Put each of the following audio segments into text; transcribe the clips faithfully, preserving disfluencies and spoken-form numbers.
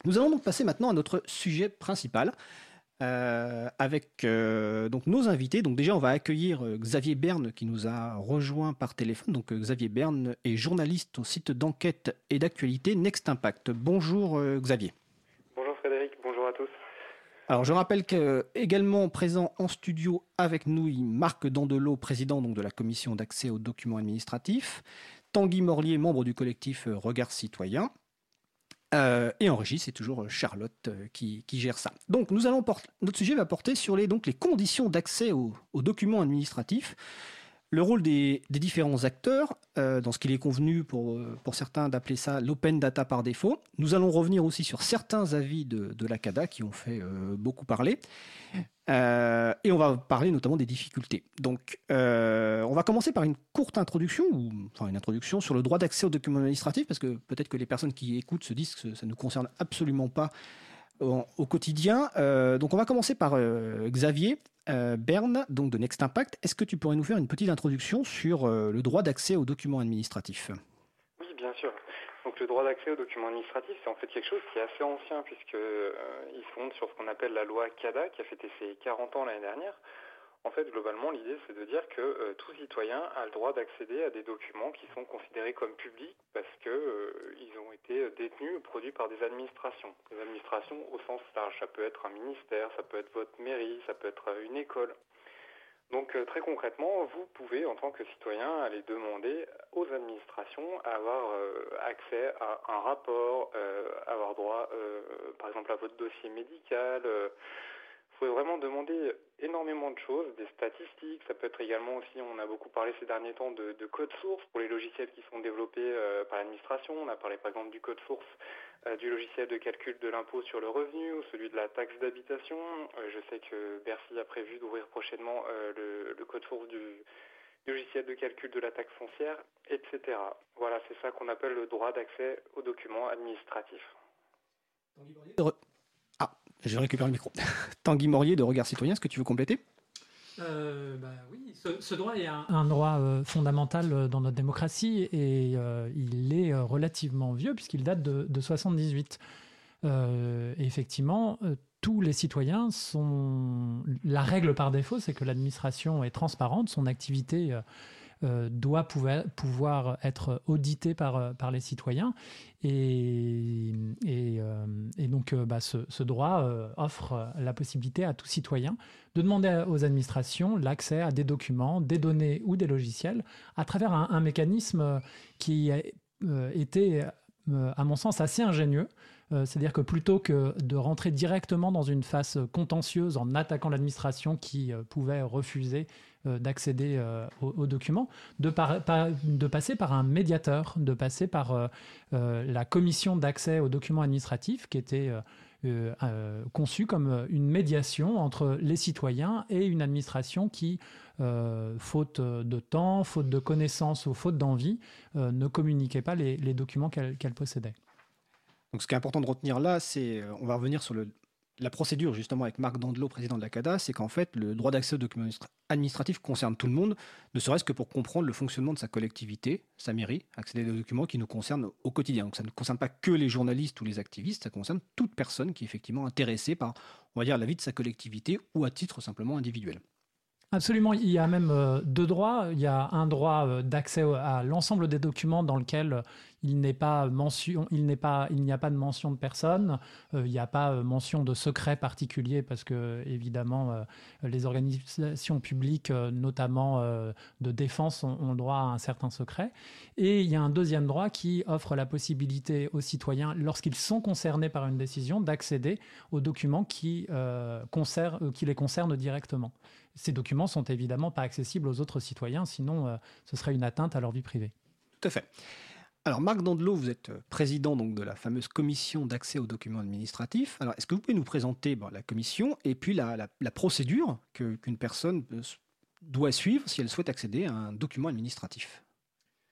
Nous allons donc passer maintenant à notre sujet principal. Euh, avec euh, donc nos invités. Donc déjà, on va accueillir euh, Xavier Berne qui nous a rejoint par téléphone. Donc euh, Xavier Berne est journaliste au site d'enquête et d'actualité Next Impact. Bonjour euh, Xavier. Bonjour Frédéric, bonjour à tous. Alors je rappelle qu'également présent en studio avec nous, Marc Dandelot, président donc, de la commission d'accès aux documents administratifs, Tanguy Morlier, membre du collectif euh, Regard Citoyen. Euh, et en régie, c'est toujours Charlotte euh, qui, qui gère ça. Donc, nous allons porter, notre sujet va porter sur les, donc, les conditions d'accès aux, aux documents administratifs, le rôle des, des différents acteurs, euh, dans ce qu'il est convenu pour, pour certains d'appeler ça l'open data par défaut. Nous allons revenir aussi sur certains avis de, de l'A C A D A qui ont fait euh, beaucoup parler. Euh, et on va parler notamment des difficultés. Donc, euh, on va commencer par une courte introduction, ou enfin une introduction sur le droit d'accès aux documents administratifs, parce que peut-être que les personnes qui écoutent se disent que ça ne nous concerne absolument pas au, au quotidien. Euh, donc, on va commencer par euh, Xavier euh, Berne, donc de Next Impact. Est-ce que tu pourrais nous faire une petite introduction sur euh, le droit d'accès aux documents administratifs ? Oui, bien sûr. Donc le droit d'accès aux documents administratifs, c'est en fait quelque chose qui est assez ancien puisque euh, il se fonde sur ce qu'on appelle la loi C A D A qui a fêté ses quarante ans l'année dernière. En fait, globalement, l'idée, c'est de dire que euh, tout citoyen a le droit d'accéder à des documents qui sont considérés comme publics parce que euh, ils ont été détenus ou produits par des administrations. Des administrations au sens large. Ça peut être un ministère, ça peut être votre mairie, ça peut être une école. Donc euh, très concrètement, vous pouvez en tant que citoyen aller demander aux administrations à avoir euh, accès à un rapport, euh, avoir droit euh, par exemple à votre dossier médical. Euh, vous pouvez vraiment demander énormément de choses, des statistiques. Ça peut être également aussi, on a beaucoup parlé ces derniers temps de, de code source pour les logiciels qui sont développés euh, par l'administration. On a parlé par exemple du code source euh, du logiciel de calcul de l'impôt sur le revenu ou celui de la taxe d'habitation. Euh, je sais que Bercy a prévu d'ouvrir prochainement euh, le, le code source du, du logiciel de calcul de la taxe foncière, et cetera. Voilà, c'est ça qu'on appelle le droit d'accès aux documents administratifs. Ah, je récupère le micro. Tanguy Morlier de Regard Citoyen, est-ce que tu veux compléter ? Euh, bah oui, ce, ce droit est un, un droit euh, fondamental dans notre démocratie et euh, il est euh, relativement vieux puisqu'il date de, de soixante-dix-huit. Euh, et effectivement, euh, tous les citoyens sont... La règle par défaut, c'est que l'administration est transparente, son activité euh, euh, doit pouvoir, pouvoir être auditée par, par les citoyens. Et, et, euh, et donc, euh, bah, ce, ce droit euh, offre la possibilité à tout citoyen de demander aux administrations l'accès à des documents, des données ou des logiciels à travers un, un mécanisme qui a euh, été, euh, à mon sens, assez ingénieux. Euh, c'est-à-dire que plutôt que de rentrer directement dans une phase contentieuse en attaquant l'administration qui euh, pouvait refuser euh, d'accéder euh, aux, aux documents, de, par, par, de passer par un médiateur, de passer par euh, euh, la commission d'accès aux documents administratifs qui était euh, euh, euh, conçue comme une médiation entre les citoyens et une administration qui, euh, faute de temps, faute de connaissances ou faute d'envie, euh, ne communiquait pas les, les documents qu'elle, qu'elle possédait. Donc, ce qui est important de retenir là, c'est, on va revenir sur le, la procédure justement avec Marc Dandelot, président de la C A D A, c'est qu'en fait, le droit d'accès aux documents administratifs concerne tout le monde, ne serait-ce que pour comprendre le fonctionnement de sa collectivité, sa mairie, accéder à des documents qui nous concernent au quotidien. Donc, ça ne concerne pas que les journalistes ou les activistes, ça concerne toute personne qui est effectivement intéressée par, on va dire, la vie de sa collectivité ou à titre simplement individuel. Absolument, il y a même euh, deux droits. Il y a un droit euh, d'accès à l'ensemble des documents dans lequel il n'est pas mention, il n'est pas, il n'y a pas de mention de personne, euh, il n'y a pas euh, mention de secret particulier parce que évidemment euh, les organisations publiques, euh, notamment euh, de défense, ont, ont droit à un certain secret. Et il y a un deuxième droit qui offre la possibilité aux citoyens, lorsqu'ils sont concernés par une décision, d'accéder aux documents qui, euh, concernent, qui les concernent directement. Ces documents sont évidemment pas accessibles aux autres citoyens, sinon euh, ce serait une atteinte à leur vie privée. Tout à fait. Alors, Marc Dandelot, vous êtes président donc, de la fameuse commission d'accès aux documents administratifs. Alors, est-ce que vous pouvez nous présenter bon, la commission et puis la, la, la procédure que, qu'une personne doit suivre si elle souhaite accéder à un document administratif ?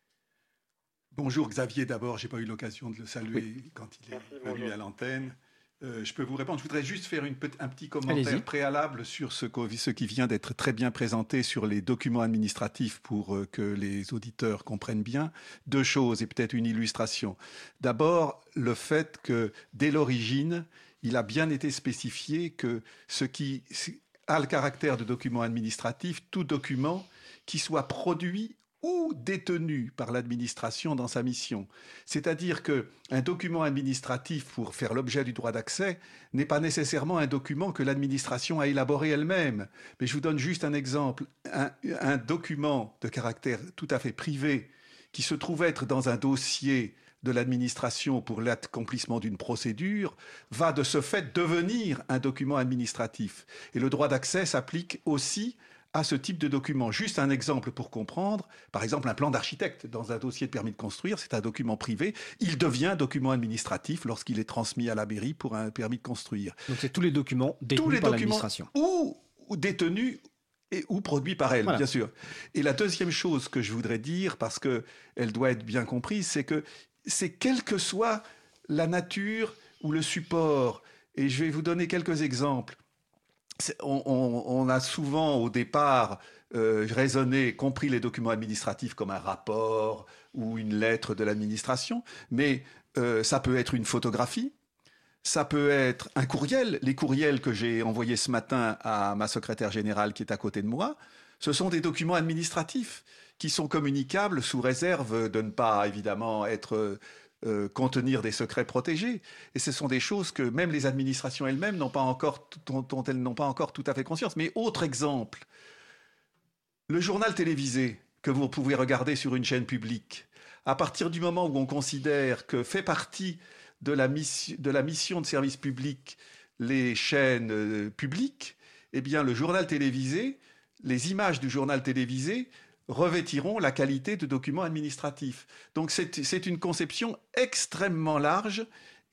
Bonjour Xavier, d'abord, je n'ai pas eu l'occasion de le saluer oui. quand il est Merci, venu bonjour. à l'antenne. Euh, je peux vous répondre. Je voudrais juste faire une, un petit commentaire Allez-y. préalable sur ce, ce qui vient d'être très bien présenté sur les documents administratifs pour euh, que les auditeurs comprennent bien. Deux choses et peut-être une illustration. D'abord, le fait que dès l'origine, il a bien été spécifié que ce qui a le caractère de document administratif, tout document qui soit produit ou détenu par l'administration dans sa mission. C'est-à-dire qu'un document administratif pour faire l'objet du droit d'accès n'est pas nécessairement un document que l'administration a élaboré elle-même. Mais je vous donne juste un exemple. Un, un document de caractère tout à fait privé qui se trouve être dans un dossier de l'administration pour l'accomplissement d'une procédure va de ce fait devenir un document administratif. Et le droit d'accès s'applique aussi à ce type de document. Juste un exemple pour comprendre. Par exemple, un plan d'architecte dans un dossier de permis de construire, c'est un document privé. Il devient document administratif lorsqu'il est transmis à la mairie pour un permis de construire. Donc c'est tous les documents détenus tous les par documents l'administration. Ou, ou détenus et, ou produits par elle, Voilà. bien sûr. Et la deuxième chose que je voudrais dire, parce qu'elle doit être bien comprise, c'est que c'est quelle que soit la nature ou le support. Et je vais vous donner quelques exemples. On, on, on a souvent au départ euh, raisonné, compris les documents administratifs comme un rapport ou une lettre de l'administration, mais euh, ça peut être une photographie, ça peut être un courriel. Les courriels que j'ai envoyés ce matin à ma secrétaire générale qui est à côté de moi, ce sont des documents administratifs qui sont communicables sous réserve de ne pas évidemment être... Euh, contenir des secrets protégés. Et ce sont des choses que même les administrations elles-mêmes n'ont pas encore, dont, dont elles n'ont pas encore tout à fait conscience. Mais autre exemple, le journal télévisé que vous pouvez regarder sur une chaîne publique, à partir du moment où on considère que fait partie de la, mission, de la mission de service public les chaînes euh, publiques, eh bien le journal télévisé, les images du journal télévisé revêtiront la qualité de document administratif. Donc c'est, c'est une conception extrêmement large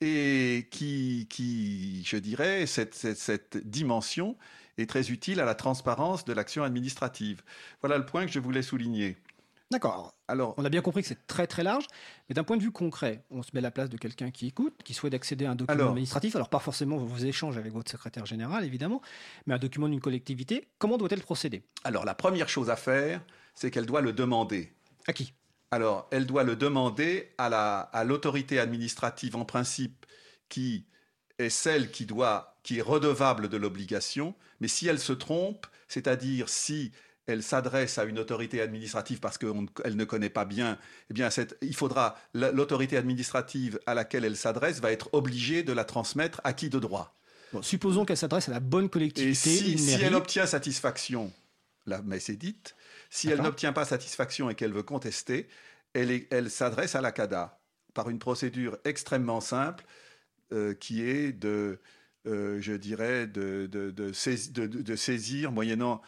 et qui, qui je dirais, cette, cette, cette dimension est très utile à la transparence de l'action administrative. Voilà le point que je voulais souligner. D'accord. Alors, on a bien compris que c'est très très large, mais d'un point de vue concret, on se met à la place de quelqu'un qui écoute, qui souhaite accéder à un document alors, administratif, alors pas forcément vos échanges avec votre secrétaire général, évidemment, mais un document d'une collectivité, comment doit-elle procéder ? Alors, la première chose à faire, c'est qu'elle doit le demander. À qui ? Alors, elle doit le demander à, la, à l'autorité administrative, en principe, qui est celle qui, doit, qui est redevable de l'obligation, mais si elle se trompe, c'est-à-dire si elle s'adresse à une autorité administrative parce qu'elle ne connaît pas bien, eh bien cette, il faudra, l'autorité administrative à laquelle elle s'adresse va être obligée de la transmettre à qui de droit. Bon, supposons qu'elle s'adresse à la bonne collectivité. Et si, une si mairie. elle obtient satisfaction, la messe est dite, si D'accord. elle n'obtient pas satisfaction et qu'elle veut contester, elle, est, elle s'adresse à la CADA par une procédure extrêmement simple euh, qui est de, euh, je dirais, de, de, de, saisis, de, de saisir moyennant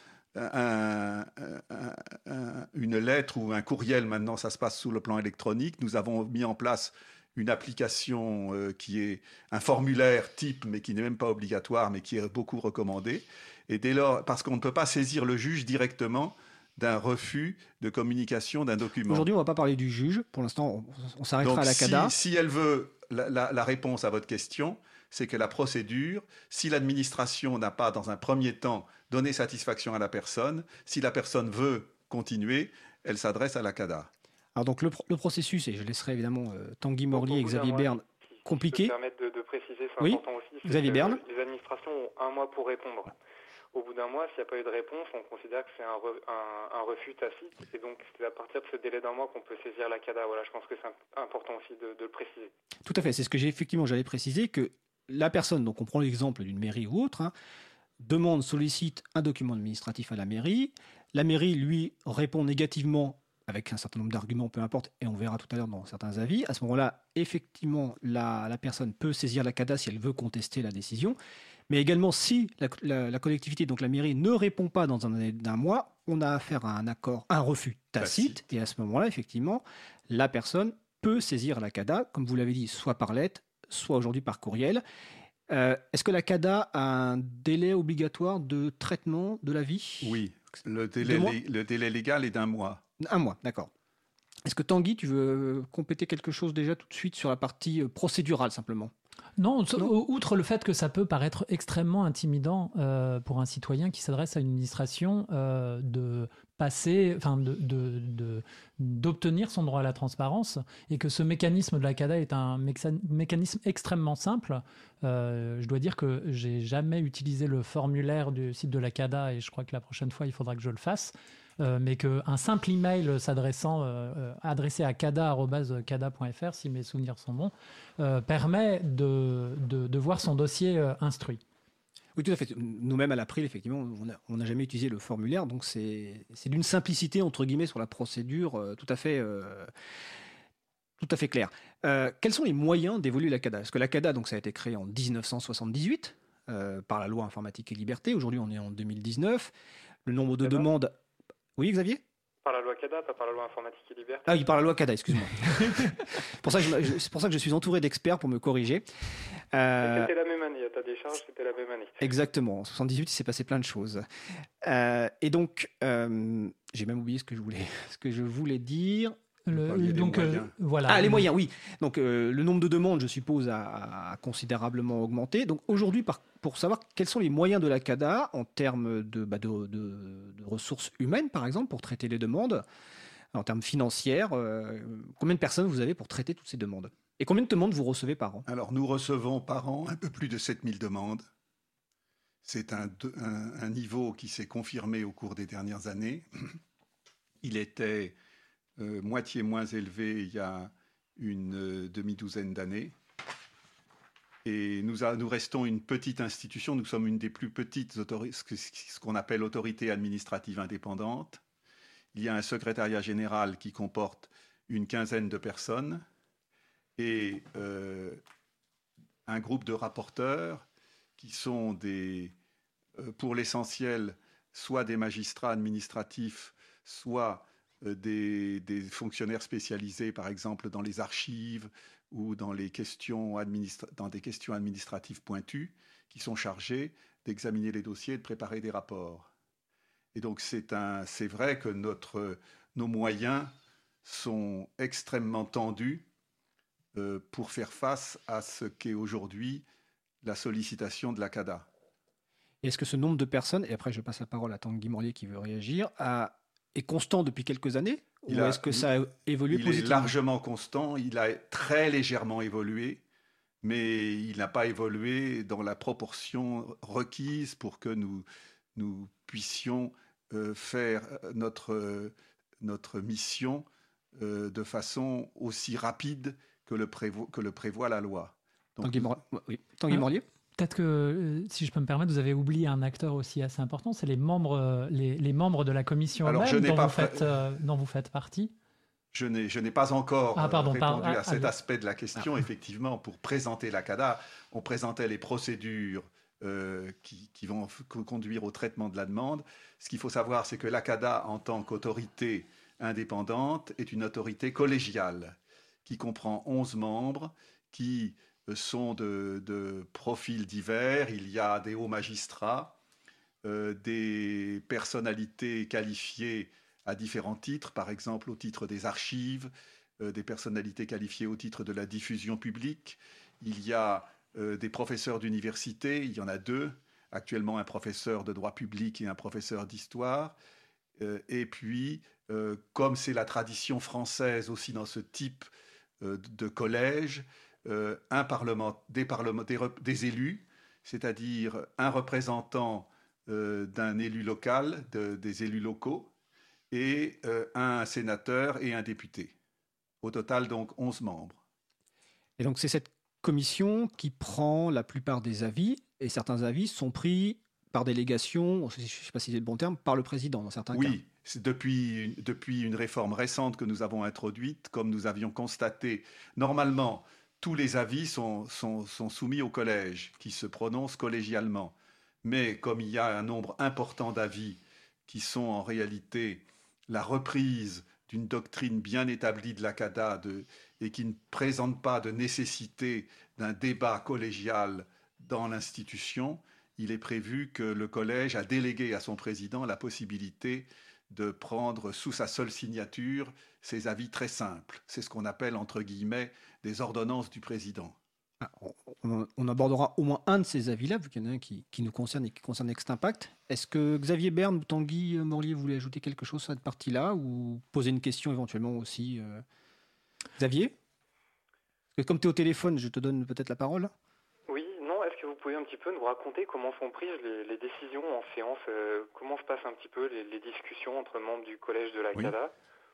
Un, un, un, une lettre ou un courriel. Maintenant, ça se passe sous le plan électronique. Nous avons mis en place une application euh, qui est un formulaire type, mais qui n'est même pas obligatoire, mais qui est beaucoup recommandé. Et dès lors, parce qu'on ne peut pas saisir le juge directement d'un refus de communication d'un document. Aujourd'hui, on ne va pas parler du juge. Pour l'instant, on, on s'arrêtera Donc, à la CADA. Si, si elle veut la, la, la réponse à votre question, c'est que la procédure, si l'administration n'a pas, dans un premier temps, donné satisfaction à la personne, si la personne veut continuer, elle s'adresse à la CADA. Alors donc le, le processus, et je laisserai évidemment euh, Tanguy Morlier et Xavier Berne si, compliqué. Si je peux me permettre de, de préciser, c'est oui, important aussi. Xavier Berne. Les administrations ont un mois pour répondre. Au bout d'un mois, s'il n'y a pas eu de réponse, on considère que c'est un, re, un, un refus tacite. Et donc, c'est à partir de ce délai d'un mois qu'on peut saisir la CADA. Voilà, je pense que c'est important aussi de, de le préciser. Tout à fait. C'est ce que j'ai effectivement, j'allais préciser, que la personne, donc on prend l'exemple d'une mairie ou autre, hein, demande, sollicite un document administratif à la mairie. La mairie, lui, répond négativement avec un certain nombre d'arguments, peu importe, et on verra tout à l'heure dans certains avis. À ce moment-là, effectivement, la, la personne peut saisir la CADA si elle veut contester la décision. Mais également, si la, la, la collectivité, donc la mairie, ne répond pas dans un délai d'un mois, on a affaire à un accord, un refus tacite. tacite. Et à ce moment-là, effectivement, la personne peut saisir la CADA, comme vous l'avez dit, soit par lettre, soit aujourd'hui par courriel. Euh, est-ce que la CADA a un délai obligatoire de traitement de l'avis ? Oui, le délai, lé, le délai légal est d'un mois. Un mois, d'accord. Est-ce que Tanguy, tu veux compléter quelque chose déjà tout de suite sur la partie procédurale simplement ? Non, non, outre le fait que ça peut paraître extrêmement intimidant euh, pour un citoyen qui s'adresse à une administration euh, de passer, enfin de, de, de, d'obtenir son droit à la transparence, et que ce mécanisme de la CADA est un méca- mécanisme extrêmement simple. Euh, je dois dire que j'ai jamais utilisé le formulaire du site de la CADA, et je crois que la prochaine fois il faudra que je le fasse. Euh, mais qu'un simple email s'adressant, euh, adressé à cada arobase cada point f r, si mes souvenirs sont bons, euh, permet de, de, de voir son dossier euh, instruit. Oui, tout à fait. Nous-mêmes, à l'April, effectivement, on n'a jamais utilisé le formulaire, donc c'est d'une simplicité, entre guillemets, sur la procédure euh, tout à fait... Euh, tout à fait clair. Euh, quels sont les moyens d'évoluer la CADA? Parce que la CADA, donc, ça a été créé en dix-neuf cent soixante-dix-huit euh, par la loi informatique et liberté. Aujourd'hui, on est en deux mille dix-neuf. Le nombre de demandes... Oui, Xavier? Par la loi CADA, pas par la loi informatique et liberté. Ah oui, par la loi CADA, excuse-moi. C'est pour ça que je suis entouré d'experts pour me corriger. Euh... C'était la même année, à ta décharge, c'était la même année. Exactement, en soixante-dix-huit, il s'est passé plein de choses. Euh, et donc, euh, j'ai même oublié ce que je voulais, ce que je voulais dire. Le, donc, euh, voilà. Ah, les moyens, oui. Donc, euh, le nombre de demandes, je suppose, a, a considérablement augmenté. Donc, aujourd'hui, pour savoir quels sont les moyens de la CADA en termes de, bah, de, de, de ressources humaines, par exemple, pour traiter les demandes, en termes financiers, euh, combien de personnes vous avez pour traiter toutes ces demandes? Et combien de demandes vous recevez par an? Alors, nous recevons par an un peu plus de sept mille demandes. C'est un, un, un niveau qui s'est confirmé au cours des dernières années. Il était... Euh, moitié moins élevé il y a une euh, demi-douzaine d'années. Et nous, a, nous restons une petite institution, nous sommes une des plus petites, ce qu'on appelle autorité administrative indépendante. Il y a un secrétariat général qui comporte une quinzaine de personnes et euh, un groupe de rapporteurs qui sont des, euh, pour l'essentiel, soit des magistrats administratifs, soit Des, des fonctionnaires spécialisés, par exemple, dans les archives ou dans, les questions dans des questions administratives pointues, qui sont chargés d'examiner les dossiers et de préparer des rapports. Et donc, c'est un, c'est vrai que notre, nos moyens sont extrêmement tendus euh, pour faire face à ce qu'est aujourd'hui la sollicitation de la CADA. Est-ce que ce nombre de personnes, et après je passe la parole à Tanguy Morlier qui veut réagir, a est constant depuis quelques années ou est-ce que ça a évolué il positivement? Il est largement constant, il a très légèrement évolué, mais il n'a pas évolué dans la proportion requise pour que nous, nous puissions euh, faire notre, euh, notre mission euh, de façon aussi rapide que le, prévo que le prévoit la loi. Donc, Tanguy, Mor oui. Tanguy Morlier. Peut-être que, si je peux me permettre, vous avez oublié un acteur aussi assez important, c'est les membres, les, les membres de la commission Alors, même dont, pas vous faites, euh, dont vous faites partie. Je n'ai pas encore ah, pardon, répondu par, à cet ah, aspect de la question. Ah. Effectivement, pour présenter la CADA, on présentait les procédures euh, qui, qui vont conduire au traitement de la demande. Ce qu'il faut savoir, c'est que la CADA, en tant qu'autorité indépendante, est une autorité collégiale qui comprend onze membres qui sont de, de profils divers. Il y a des hauts magistrats, euh, des personnalités qualifiées à différents titres, par exemple au titre des archives, euh, des personnalités qualifiées au titre de la diffusion publique. Il y a euh, des professeurs d'université, il y en a deux, actuellement un professeur de droit public et un professeur d'histoire. Euh, et puis, euh, comme c'est la tradition française aussi dans ce type euh, de collège, Euh, un parlement, des, parlement, des, des élus, c'est-à-dire un représentant euh, d'un élu local, de, des élus locaux, et euh, un sénateur et un député. Au total, donc, onze membres. Et donc, c'est cette commission qui prend la plupart des avis, et certains avis sont pris par délégation, je ne sais pas si c'est le bon terme, par le président dans certains oui, cas. Oui, depuis, depuis une réforme récente que nous avons introduite, comme nous avions constaté, normalement, tous les avis sont, sont, sont soumis au collège, qui se prononce collégialement. Mais comme il y a un nombre important d'avis qui sont en réalité la reprise d'une doctrine bien établie de la CADA de, et qui ne présente pas de nécessité d'un débat collégial dans l'institution, il est prévu que le collège a délégué à son président la possibilité de prendre sous sa seule signature ces avis très simples. C'est ce qu'on appelle, entre guillemets, des ordonnances du président. Ah, on, on, on abordera au moins un de ces avis-là, vu qu'il y en a un qui, qui nous concerne et qui concerne Next Impact. Est-ce que Xavier Berne ou Tanguy Morlier voulaient ajouter quelque chose à cette partie-là ou poser une question éventuellement aussi euh... Xavier ? Parce que comme tu es au téléphone, je te donne peut-être la parole. Oui, non, est-ce que vous pouvez un petit peu nous raconter comment sont prises les, les décisions en séance, euh, comment se passent un petit peu les, les discussions entre membres du collège de la Oui. CADA ?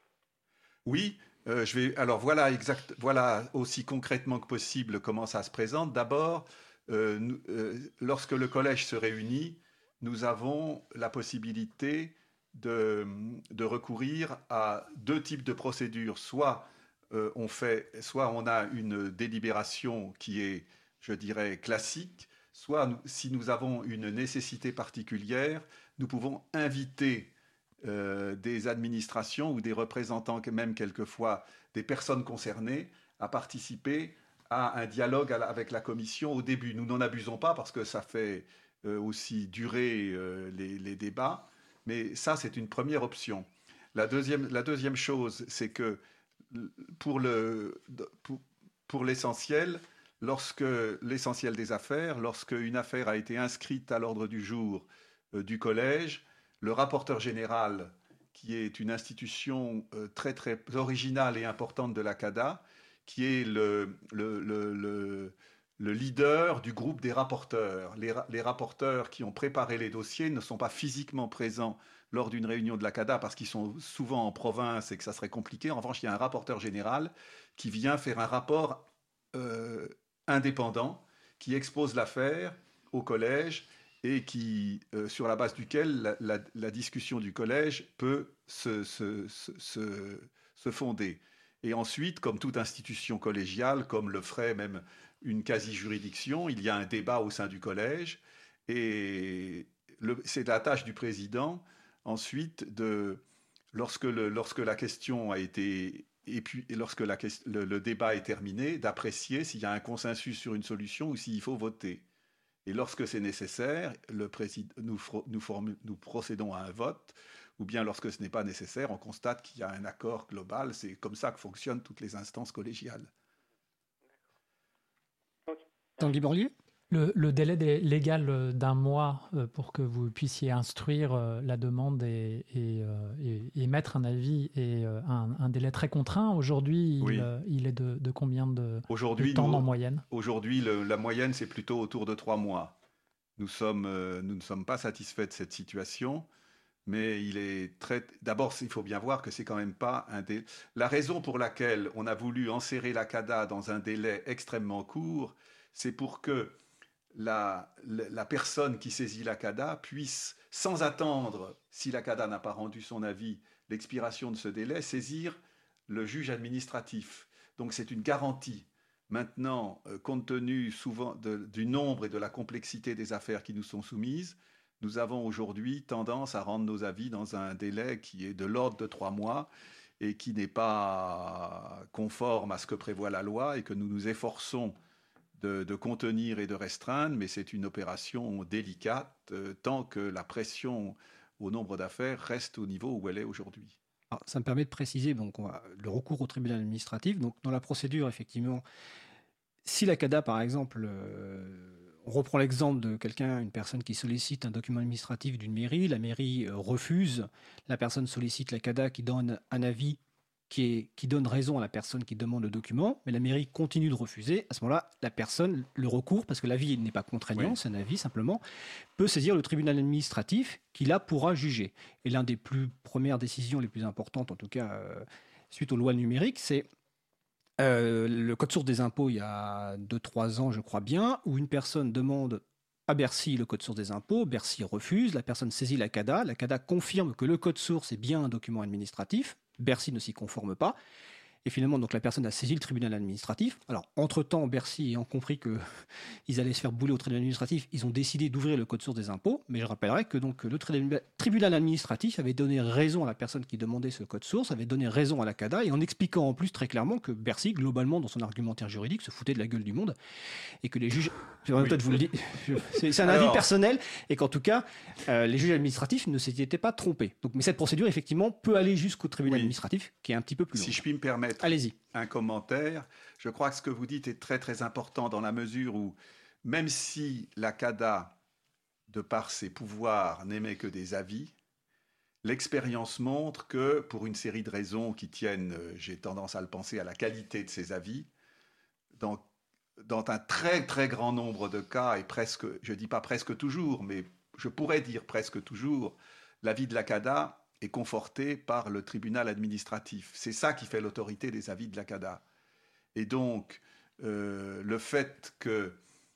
Oui, euh, je vais. Alors voilà, exact. Voilà aussi concrètement que possible comment ça se présente. D'abord, euh, nous, euh, lorsque le collège se réunit, nous avons la possibilité de, de recourir à deux types de procédures. Soit euh, on fait, soit on a une délibération qui est, je dirais, classique. Soit nous, si nous avons une nécessité particulière, nous pouvons inviter Euh, des administrations ou des représentants, même quelquefois des personnes concernées, à participer à un dialogue à la, avec la Commission au début. Nous n'en abusons pas parce que ça fait euh, aussi durer euh, les, les débats, mais ça, c'est une première option. La deuxième, la deuxième chose, c'est que pour, le, pour, pour l'essentiel, lorsque l'essentiel des affaires, lorsque une affaire a été inscrite à l'ordre du jour euh, du collège, le rapporteur général, qui est une institution euh, très, très originale et importante de la CADA, qui est le, le, le, le, le leader du groupe des rapporteurs. Les, les rapporteurs qui ont préparé les dossiers ne sont pas physiquement présents lors d'une réunion de la CADA parce qu'ils sont souvent en province et que ça serait compliqué. En revanche, il y a un rapporteur général qui vient faire un rapport euh, indépendant, qui expose l'affaire au collège et qui, euh, sur la base duquel la, la, la discussion du collège peut se, se, se, se fonder. Et ensuite, comme toute institution collégiale, comme le ferait même une quasi-juridiction, il y a un débat au sein du collège, et le, c'est la tâche du président, ensuite, de, lorsque, le, lorsque la question a été... Et puis, et lorsque la, le, le débat est terminé, d'apprécier s'il y a un consensus sur une solution ou s'il faut voter. Et lorsque c'est nécessaire, le président, nous, nous, formu, nous procédons à un vote, ou bien lorsque ce n'est pas nécessaire, on constate qu'il y a un accord global. C'est comme ça que fonctionnent toutes les instances collégiales. Tanguy Morlier ? Le, le délai des, légal d'un mois pour que vous puissiez instruire la demande et, et, et, et mettre un avis est un, un délai très contraint. Aujourd'hui, oui. il, il est de, de combien de, aujourd'hui, de temps nous, en moyenne ? Aujourd'hui, le, la moyenne, c'est plutôt autour de trois mois. Nous, sommes, euh, nous ne sommes pas satisfaits de cette situation, mais il est très... D'abord, il faut bien voir que c'est quand même pas un délai... La raison pour laquelle on a voulu enserrer la CADA dans un délai extrêmement court, c'est pour que La, la personne qui saisit la CADA puisse, sans attendre, si la CADA n'a pas rendu son avis, l'expiration de ce délai, saisir le juge administratif. Donc c'est une garantie. Maintenant, euh, compte tenu souvent de, du nombre et de la complexité des affaires qui nous sont soumises, nous avons aujourd'hui tendance à rendre nos avis dans un délai qui est de l'ordre de trois mois et qui n'est pas conforme à ce que prévoit la loi et que nous nous efforçons De, de contenir et de restreindre, mais c'est une opération délicate euh, tant que la pression au nombre d'affaires reste au niveau où elle est aujourd'hui. Alors, ça me permet de préciser donc, on va, le recours au tribunal administratif. Donc, dans la procédure, effectivement, si la CADA, par exemple, euh, on reprend l'exemple de quelqu'un, une personne qui sollicite un document administratif d'une mairie, la mairie euh, refuse, la personne sollicite la CADA qui donne un avis Qui, est, qui donne raison à la personne qui demande le document, mais la mairie continue de refuser. À ce moment-là, la personne, le recours, parce que l'avis n'est pas contraignant, oui. C'est un avis simplement, peut saisir le tribunal administratif qui, là, pourra juger. Et l'une des plus premières décisions les plus importantes, en tout cas, euh, suite aux lois numériques, c'est euh, le code source des impôts, il y a deux trois ans, je crois bien, où une personne demande à Bercy le code source des impôts, Bercy refuse, la personne saisit la CADA, la CADA confirme que le code source est bien un document administratif, Bercy ne s'y conforme pas, et finalement donc la personne a saisi le tribunal administratif. Alors entre-temps, Bercy ayant compris qu'ils allaient se faire bouler au tribunal administratif, ils ont décidé d'ouvrir le code source des impôts, mais je rappellerai que donc le tribunal administratif avait donné raison à la personne qui demandait ce code source, avait donné raison à la CADA, et en expliquant en plus très clairement que Bercy, globalement dans son argumentaire juridique, se foutait de la gueule du monde, et que les juges, oui. Peut-être vous le dis, c'est, c'est un Alors... avis personnel, et qu'en tout cas, euh, les juges administratifs ne s'étaient pas trompés. Donc, mais cette procédure, effectivement, peut aller jusqu'au tribunal oui. administratif, qui est un petit peu plus long. Si je puis me permettre, permettre Allez-y. un commentaire. Je crois que ce que vous dites est très très important dans la mesure où, même si la C A D A, de par ses pouvoirs, n'émet que des avis, l'expérience montre que, pour une série de raisons qui tiennent, j'ai tendance à le penser, à la qualité de ses avis, dans, dans un très très grand nombre de cas, et presque, je ne dis pas presque toujours, mais je pourrais dire presque toujours, l'avis de la C A D A est conforté par le tribunal administratif. C'est ça qui fait l'autorité des avis de la C A D A. Et donc, euh, le fait que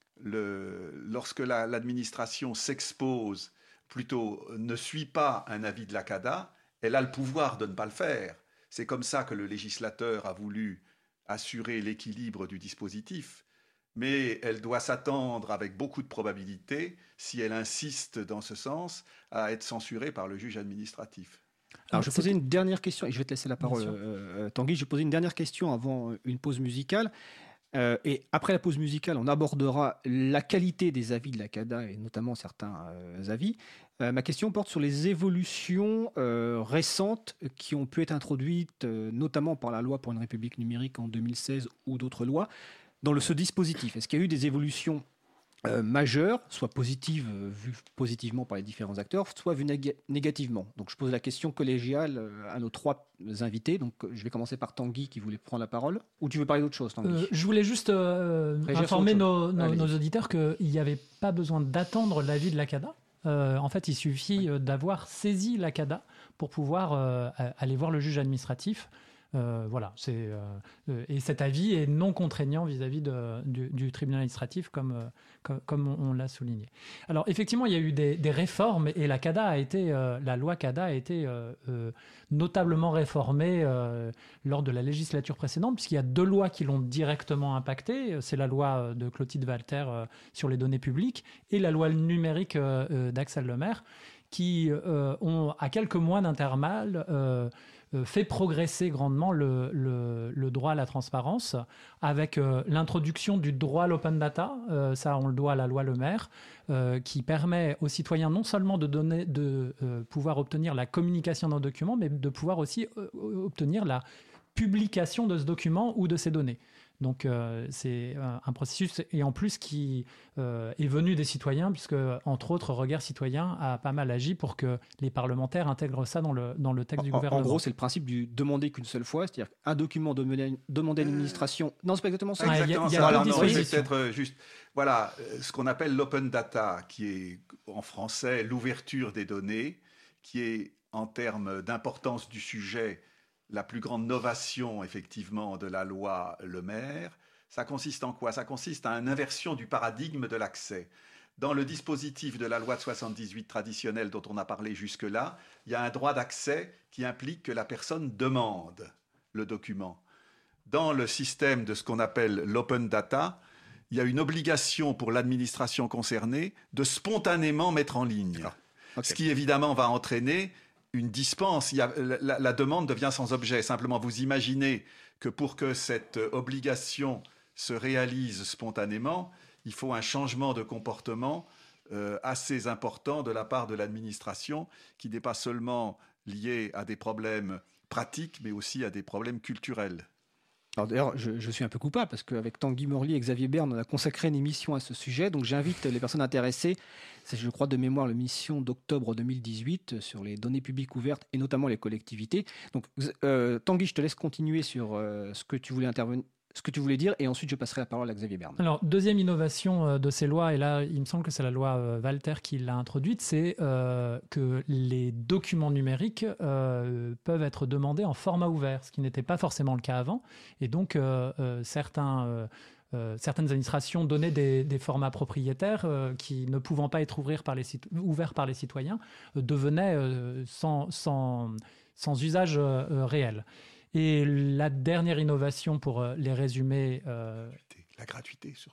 le, lorsque la, l'administration s'expose, plutôt ne suit pas un avis de la C A D A, elle a le pouvoir de ne pas le faire. C'est comme ça que le législateur a voulu assurer l'équilibre du dispositif, mais elle doit s'attendre avec beaucoup de probabilité, si elle insiste dans ce sens, à être censurée par le juge administratif. Alors, je vais poser une dernière question, et je vais te laisser la parole, euh, Tanguy. Je vais poser une dernière question avant une pause musicale. Euh, et après la pause musicale, on abordera la qualité des avis de la C A D A, et notamment certains euh, avis. Euh, ma question porte sur les évolutions euh, récentes qui ont pu être introduites, euh, notamment par la loi pour une république numérique en deux mille seize ou d'autres lois, dans le, ce dispositif. Est-ce qu'il y a eu des évolutions Euh, majeures, soit positives, euh, vues positivement par les différents acteurs, soit vues nég- négativement. Donc je pose la question collégiale euh, à nos trois invités. Donc je vais commencer par Tanguy qui voulait prendre la parole. Ou tu veux parler d'autre chose, Tanguy? euh, Je voulais juste euh, informer nos, nos, nos auditeurs qu'il n'y avait pas besoin d'attendre l'avis de la C A D A. Euh, en fait, il suffit d'avoir saisi la C A D A pour pouvoir euh, aller voir le juge administratif. Euh, voilà, c'est, euh, et cet avis est non contraignant vis-à-vis de, du, du tribunal administratif, comme, euh, comme, comme on, on l'a souligné. Alors, effectivement, il y a eu des, des réformes, et la C A D A a été, euh, la loi C A D A a été euh, euh, notablement réformée euh, lors de la législature précédente, puisqu'il y a deux lois qui l'ont directement impactée. C'est la loi de Clotilde Walter euh, sur les données publiques et la loi numérique euh, d'Axel Lemaire, qui euh, ont, à quelques mois d'intervalle, euh, fait progresser grandement le, le, le droit à la transparence avec euh, l'introduction du droit à l'open data, euh, ça on le doit à la loi Lemaire, euh, qui permet aux citoyens non seulement de, donner, de euh, pouvoir obtenir la communication d'un document, mais de pouvoir aussi euh, obtenir la publication de ce document ou de ces données. Donc euh, c'est un, un processus, et en plus qui euh, est venu des citoyens, puisque entre autres Regard Citoyen a pas mal agi pour que les parlementaires intègrent ça dans le, dans le texte en, du gouvernement. En gros, c'est le principe du demander qu'une seule fois, c'est-à-dire qu'un document demandé, demandé à l'administration... Non, c'est pas exactement ça. Ah, exactement il y a, ça. Il y a Alors, non, c'est peut-être euh, juste... Voilà, euh, ce qu'on appelle l'open data, qui est en français l'ouverture des données, qui est en termes d'importance du sujet la plus grande novation, effectivement, de la loi Lemaire. Ça consiste en quoi? Ça consiste à une inversion du paradigme de l'accès. Dans le dispositif de la loi de soixante-dix-huit traditionnelle dont on a parlé jusque-là, il y a un droit d'accès qui implique que la personne demande le document. Dans le système de ce qu'on appelle l'open data, il y a une obligation pour l'administration concernée de spontanément mettre en ligne. Ah, okay. Ce qui, évidemment, va entraîner une dispense. Il y a, la, la demande devient sans objet. Simplement, vous imaginez que pour que cette obligation se réalise spontanément, il faut un changement de comportement euh, assez important de la part de l'administration, qui n'est pas seulement lié à des problèmes pratiques, mais aussi à des problèmes culturels. Alors d'ailleurs, je, je suis un peu coupable parce qu'avec Tanguy Morlier et Xavier Berne, on a consacré une émission à ce sujet. Donc j'invite les personnes intéressées, c'est je crois de mémoire l'émission d'octobre deux mille dix-huit sur les données publiques ouvertes et notamment les collectivités. Donc euh, Tanguy, je te laisse continuer sur euh, ce que tu voulais intervenir. Ce que tu voulais dire, et ensuite je passerai la parole à Xavier Berne. Alors, deuxième innovation de ces lois, et là il me semble que c'est la loi Walter qui l'a introduite, c'est euh, que les documents numériques euh, peuvent être demandés en format ouvert, ce qui n'était pas forcément le cas avant. Et donc euh, euh, certains, euh, euh, certaines administrations donnaient des, des formats propriétaires euh, qui, ne pouvant pas être ouverts par les, ouverts par les citoyens, euh, devenaient euh, sans, sans, sans usage euh, réel. Et la dernière innovation pour les résumer... Euh... La gratuité, surtout.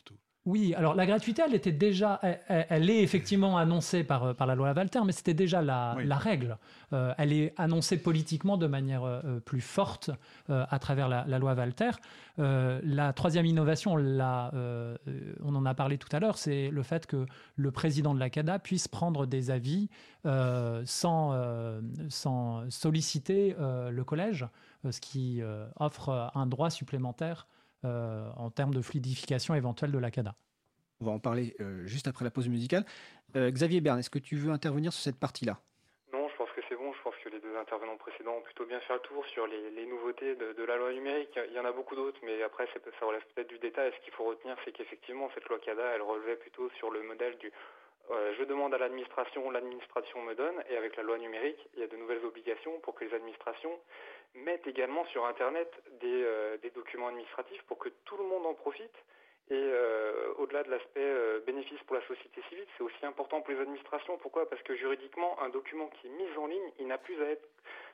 Oui, alors la gratuité, elle était déjà, elle, elle est effectivement annoncée par, par la loi Walter, mais c'était déjà la, oui. la règle. Euh, elle est annoncée politiquement de manière euh, plus forte euh, à travers la, la loi Walter. Euh, la troisième innovation, on, l'a, euh, on en a parlé tout à l'heure, c'est le fait que le président de la CADA puisse prendre des avis euh, sans, euh, sans solliciter euh, le collège, ce qui euh, offre un droit supplémentaire Euh, en termes de fluidification éventuelle de la CADA. On va en parler euh, juste après la pause musicale. Euh, Xavier Berne, est-ce que tu veux intervenir sur cette partie-là ? Non, je pense que c'est bon. Je pense que les deux intervenants précédents ont plutôt bien fait le tour sur les, les nouveautés de, de la loi numérique. Il y en a beaucoup d'autres, mais après, c'est, ça relève peut-être du détail. Ce qu'il faut retenir, c'est qu'effectivement, cette loi CADA, elle relevait plutôt sur le modèle du euh, « je demande à l'administration, l'administration me donne », et avec la loi numérique, il y a de nouvelles obligations pour que les administrations mettent également sur Internet des, euh, des documents administratifs pour que tout le monde en profite. Et euh, au-delà de l'aspect euh, bénéfice pour la société civile, c'est aussi important pour les administrations. Pourquoi ? Parce que juridiquement, un document qui est mis en ligne, il n'a plus à être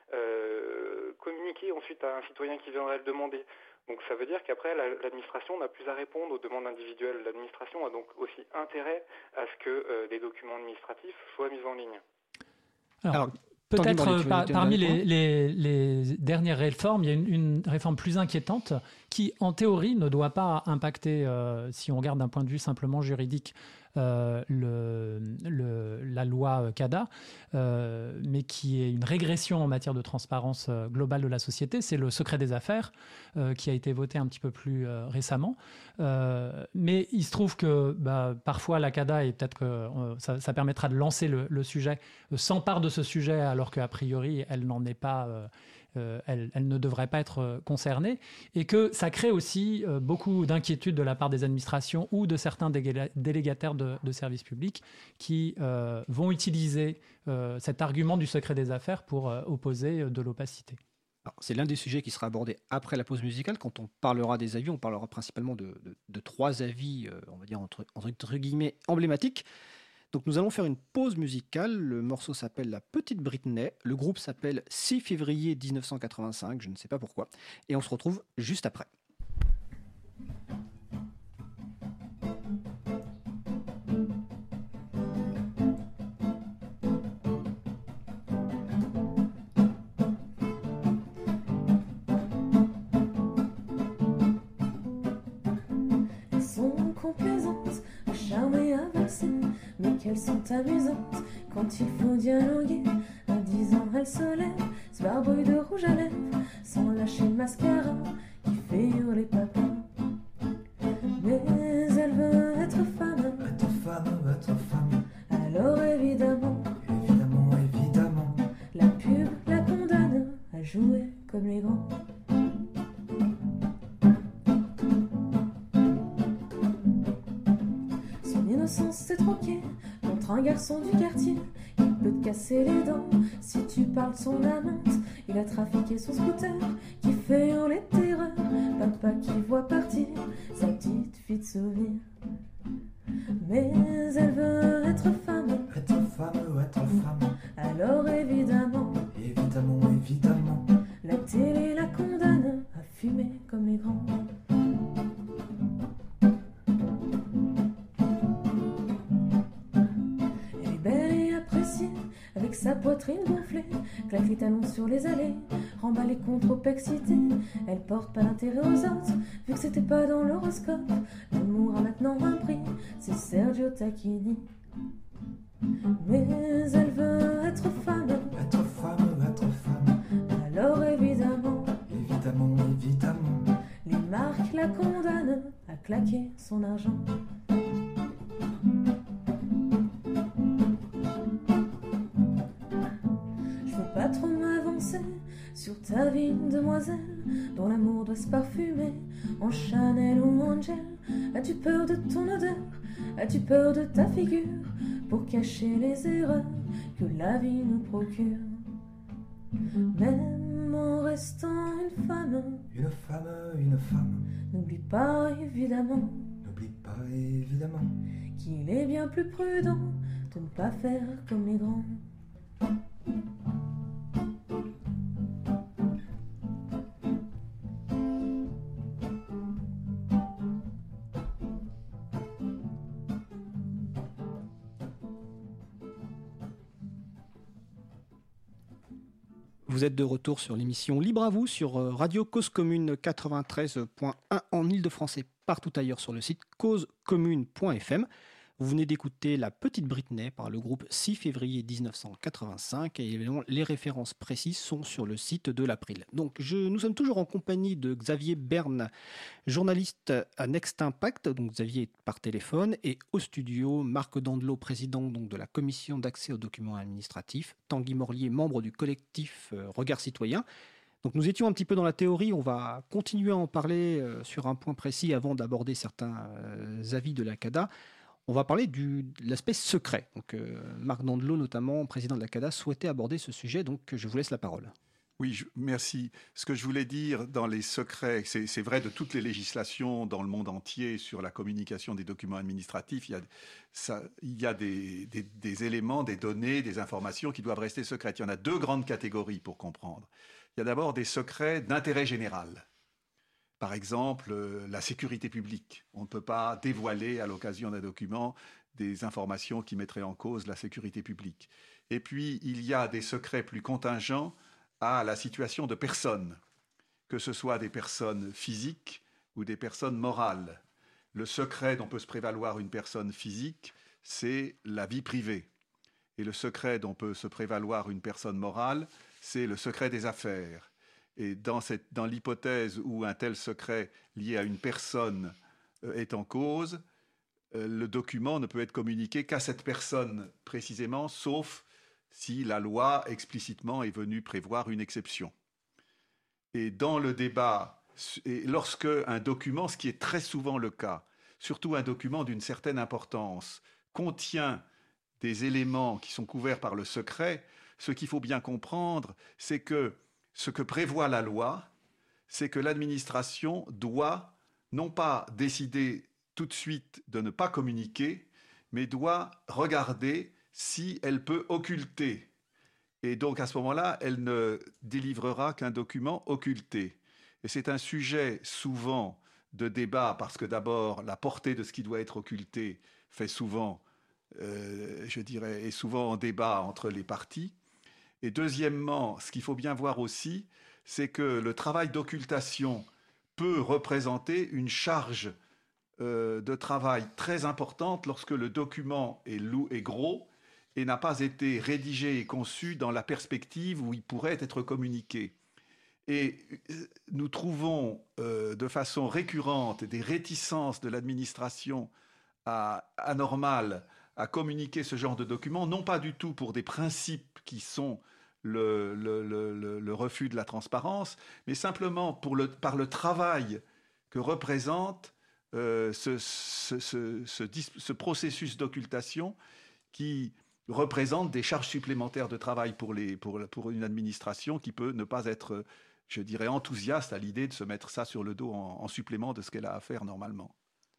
euh, communiqué ensuite à un citoyen qui viendrait le demander. Donc ça veut dire qu'après, la, l'administration n'a plus à répondre aux demandes individuelles. L'administration a donc aussi intérêt à ce que euh, des documents administratifs soient mis en ligne. Alors, Alors peut-être euh, par, parmi les, les, les dernières réformes, il y a une, une réforme plus inquiétante qui, en théorie, ne doit pas impacter, euh, si on regarde d'un point de vue simplement juridique, euh, le, le, la loi CADA, euh, mais qui est une régression en matière de transparence euh, globale de la société. C'est le secret des affaires euh, qui a été voté un petit peu plus euh, récemment. Euh, mais il se trouve que bah, parfois la CADA, et peut-être que euh, ça, ça permettra de lancer le, le sujet, euh, s'empare de ce sujet alors qu'a priori, elle n'en est pas... Euh, Euh, elle, elle ne devrait pas être euh, concernée, et que ça crée aussi euh, beaucoup d'inquiétudes de la part des administrations ou de certains dégé- délégataires de, de services publics qui euh, vont utiliser euh, cet argument du secret des affaires pour euh, opposer de l'opacité. Alors, c'est l'un des sujets qui sera abordé après la pause musicale. Quand on parlera des avis, on parlera principalement de, de, de trois avis, euh, on va dire entre, entre guillemets, emblématiques. Donc nous allons faire une pause musicale, le morceau s'appelle La Petite Britney, le groupe s'appelle six février dix-neuf cent quatre-vingt-cinq, je ne sais pas pourquoi, et on se retrouve juste après. Elles sont complaisantes, charmées, avancées, mais qu'elles sont amusantes quand il faut dialoguer. À dix ans, elle se lève, se barbouille de rouge à lèvres, sans lâcher le mascara qui fait hurler papa. Mais elle veut être femme, être femme, être femme. Alors évidemment, évidemment, évidemment, la pub la condamne à jouer comme les grands. Son innocence s'est troquée contre un garçon du quartier qui peut te casser les dents si tu parles de son amante. Il a trafiqué son scooter qui fait hurler de terreur. Papa qui voit partir sa petite fille de souvenir. Mais elle veut être femme, être femme, être femme. Alors évidemment, évidemment, évidemment, la télé la condamne à fumer comme les grands. Elle est belle et appréciée, avec sa poitrine gonflée, claque les talons sur les allées, remballée contre trop excitée. Elle porte pas d'intérêt aux autres, vu que c'était pas dans l'horoscope. L'amour a maintenant un prix, c'est Sergio Tacchini. Mais elle veut être femme, être femme, être femme. Alors évidemment, évidemment, évidemment, les marques la condamnent à claquer son argent. Je veux pas trop m'avancer sur ta vie, demoiselle, dont l'amour doit se parfumer en Chanel ou Angel. As-tu peur de ton odeur? As-tu peur de ta figure pour cacher les erreurs que la vie nous procure? Même en restant une femme, une femme, une femme, n'oublie pas évidemment, n'oublie pas évidemment, qu'il est bien plus prudent de ne pas faire comme les grands. Vous êtes de retour sur l'émission Libre à vous sur Radio Cause Commune quatre-vingt-treize point un en Ile-de-France et partout ailleurs sur le site cause commune point f m. Vous venez d'écouter La Petite Britney par le groupe six février dix-neuf cent quatre-vingt-cinq et évidemment les références précises sont sur le site de l'April. Donc je, nous sommes toujours en compagnie de Xavier Berne, journaliste à Next Impact, donc Xavier par téléphone, et au studio Marc Dandelot, président donc, de la commission d'accès aux documents administratifs, Tanguy Morlier, membre du collectif euh, Regard Citoyen. Donc nous étions un petit peu dans la théorie, on va continuer à en parler euh, sur un point précis avant d'aborder certains euh, avis de la CADA. On va parler du, de l'aspect secret. Donc, euh, Marc Dandelot, notamment, président de la CADA, souhaitait aborder ce sujet, donc je vous laisse la parole. Oui, je, merci. Ce que je voulais dire dans les secrets, c'est, c'est vrai de toutes les législations dans le monde entier sur la communication des documents administratifs, il y a, ça, il y a des, des, des éléments, des données, des informations qui doivent rester secrètes. Il y en a deux grandes catégories pour comprendre. Il y a d'abord des secrets d'intérêt général. Par exemple, euh, la sécurité publique. On ne peut pas dévoiler à l'occasion d'un document des informations qui mettraient en cause la sécurité publique. Et puis, il y a des secrets plus contingents à la situation de personnes, que ce soit des personnes physiques ou des personnes morales. Le secret dont peut se prévaloir une personne physique, c'est la vie privée. Et le secret dont peut se prévaloir une personne morale, c'est le secret des affaires. Et dans, cette, dans l'hypothèse où un tel secret lié à une personne euh, est en cause, euh, le document ne peut être communiqué qu'à cette personne précisément, sauf si la loi explicitement est venue prévoir une exception. Et dans le débat, et lorsque un document, ce qui est très souvent le cas, surtout un document d'une certaine importance, contient des éléments qui sont couverts par le secret, ce qu'il faut bien comprendre, c'est que ce que prévoit la loi, c'est que l'administration doit non pas décider tout de suite de ne pas communiquer, mais doit regarder si elle peut occulter. Et donc à ce moment-là, elle ne délivrera qu'un document occulté. Et c'est un sujet souvent de débat, parce que d'abord, la portée de ce qui doit être occulté fait souvent, euh, je dirais, est souvent en débat entre les parties. Et deuxièmement, ce qu'il faut bien voir aussi, c'est que le travail d'occultation peut représenter une charge euh, de travail très importante lorsque le document est, lourd, est gros et n'a pas été rédigé et conçu dans la perspective où il pourrait être communiqué. Et nous trouvons euh, de façon récurrente des réticences de l'administration à, anormales à communiquer ce genre de documents, non pas du tout pour des principes qui sont le, le, le, le refus de la transparence, mais simplement pour le, par le travail que représente euh, ce, ce, ce, ce, ce processus d'occultation qui représente des charges supplémentaires de travail pour, les, pour, pour une administration qui peut ne pas être, je dirais, enthousiaste à l'idée de se mettre ça sur le dos en, en supplément de ce qu'elle a à faire normalement.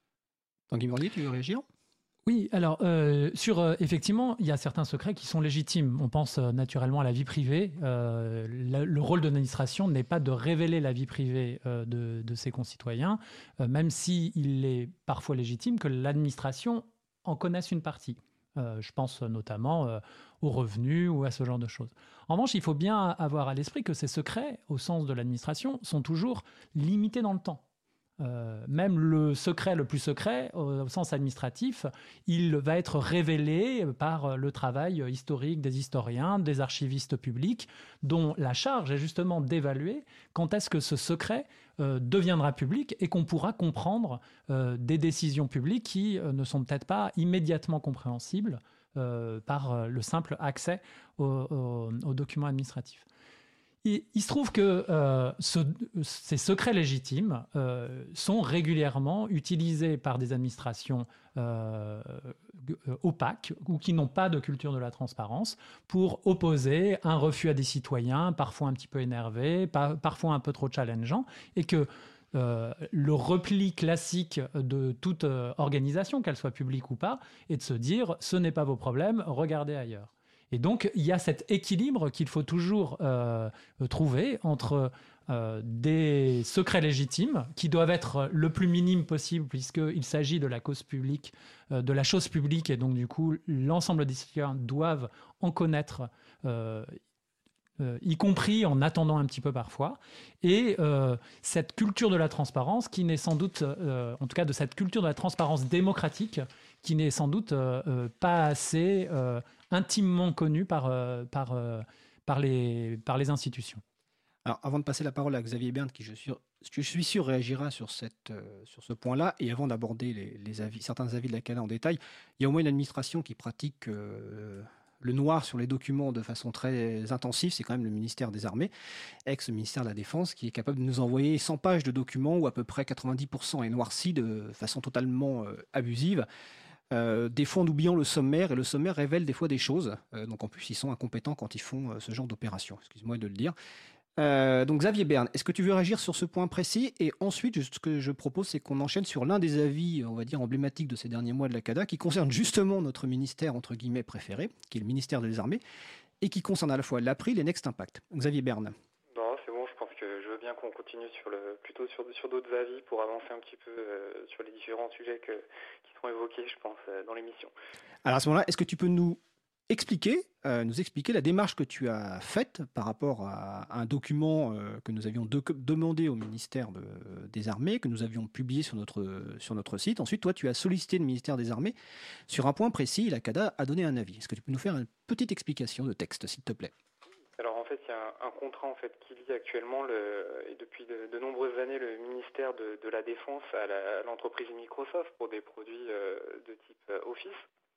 Tanguy Morlier, tu veux réagir ? Oui, alors euh, sur euh, effectivement, il y a certains secrets qui sont légitimes. On pense euh, naturellement à la vie privée. Euh, le, le rôle de l'administration n'est pas de révéler la vie privée euh, de, de ses concitoyens, euh, même s'il est parfois légitime que l'administration en connaisse une partie. Euh, je pense notamment euh, aux revenus ou à ce genre de choses. En revanche, il faut bien avoir à l'esprit que ces secrets, au sens de l'administration, sont toujours limités dans le temps. Euh, même le secret le plus secret, au, au sens administratif, il va être révélé par le travail historique des historiens, des archivistes publics, dont la charge est justement d'évaluer quand est-ce que ce secret euh, deviendra public et qu'on pourra comprendre euh, des décisions publiques qui euh, ne sont peut-être pas immédiatement compréhensibles euh, par le simple accès aux, aux, aux documents administratifs. Il, il se trouve que euh, ce, ces secrets légitimes euh, sont régulièrement utilisés par des administrations euh, opaques ou qui n'ont pas de culture de la transparence pour opposer un refus à des citoyens, parfois un petit peu énervés, par, parfois un peu trop challengeants, et que euh, le repli classique de toute euh, organisation, qu'elle soit publique ou pas, est de se dire « ce n'est pas vos problèmes, regardez ailleurs ». Et donc, il y a cet équilibre qu'il faut toujours euh, trouver entre euh, des secrets légitimes qui doivent être le plus minime possible puisqu'il s'agit de la cause publique, euh, de la chose publique, et donc du coup, l'ensemble des citoyens doivent en connaître euh, euh, y compris en attendant un petit peu parfois. Et euh, cette culture de la transparence, qui n'est sans doute, euh, en tout cas de cette culture de la transparence démocratique, qui n'est sans doute euh, euh, pas assez euh, intimement connue par, euh, par, euh, par, les, par les institutions. Alors, avant de passer la parole à Xavier Berne, qui je suis, je suis sûr réagira sur, cette, euh, sur ce point-là, et avant d'aborder les, les avis, certains avis de la CADA en détail, il y a au moins une administration qui pratique euh, le noir sur les documents de façon très intensive, c'est quand même le ministère des Armées, ex-ministère de la Défense, qui est capable de nous envoyer cent pages de documents où à peu près quatre-vingt-dix pour cent est noirci de façon totalement euh, abusive. Euh, des fois en oubliant le sommaire, et le sommaire révèle des fois des choses. Euh, donc en plus, ils sont incompétents quand ils font euh, ce genre d'opération. Excuse-moi de le dire. Euh, donc Xavier Berne, est-ce que tu veux réagir sur ce point précis? Et ensuite, ce que je propose, c'est qu'on enchaîne sur l'un des avis, on va dire, emblématiques de ces derniers mois de la CADA, qui concerne justement notre ministère, entre guillemets, préféré, qui est le ministère des Armées, et qui concerne à la fois l'April et Next Impact. Xavier Berne. Non, c'est bon, je pense que je veux bien qu'on continue sur le, plutôt sur, sur d'autres avis pour avancer un petit peu euh, sur les différents sujets que, qui sont évoqués, je pense, euh, dans l'émission. Alors à ce moment-là, est-ce que tu peux nous expliquer, euh, nous expliquer la démarche que tu as faite par rapport à un document euh, que nous avions de, demandé au ministère de, des Armées, que nous avions publié sur notre, sur notre site. Ensuite, toi, tu as sollicité le ministère des Armées sur un point précis. La CADA a donné un avis. Est-ce que tu peux nous faire une petite explication de texte, s'il te plaît? Alors en fait, il y a un, un contrat en fait qui lie actuellement le, et depuis de, de nombreuses années le ministère de, de la Défense à, la, à l'entreprise Microsoft pour des produits euh, de type euh, Office.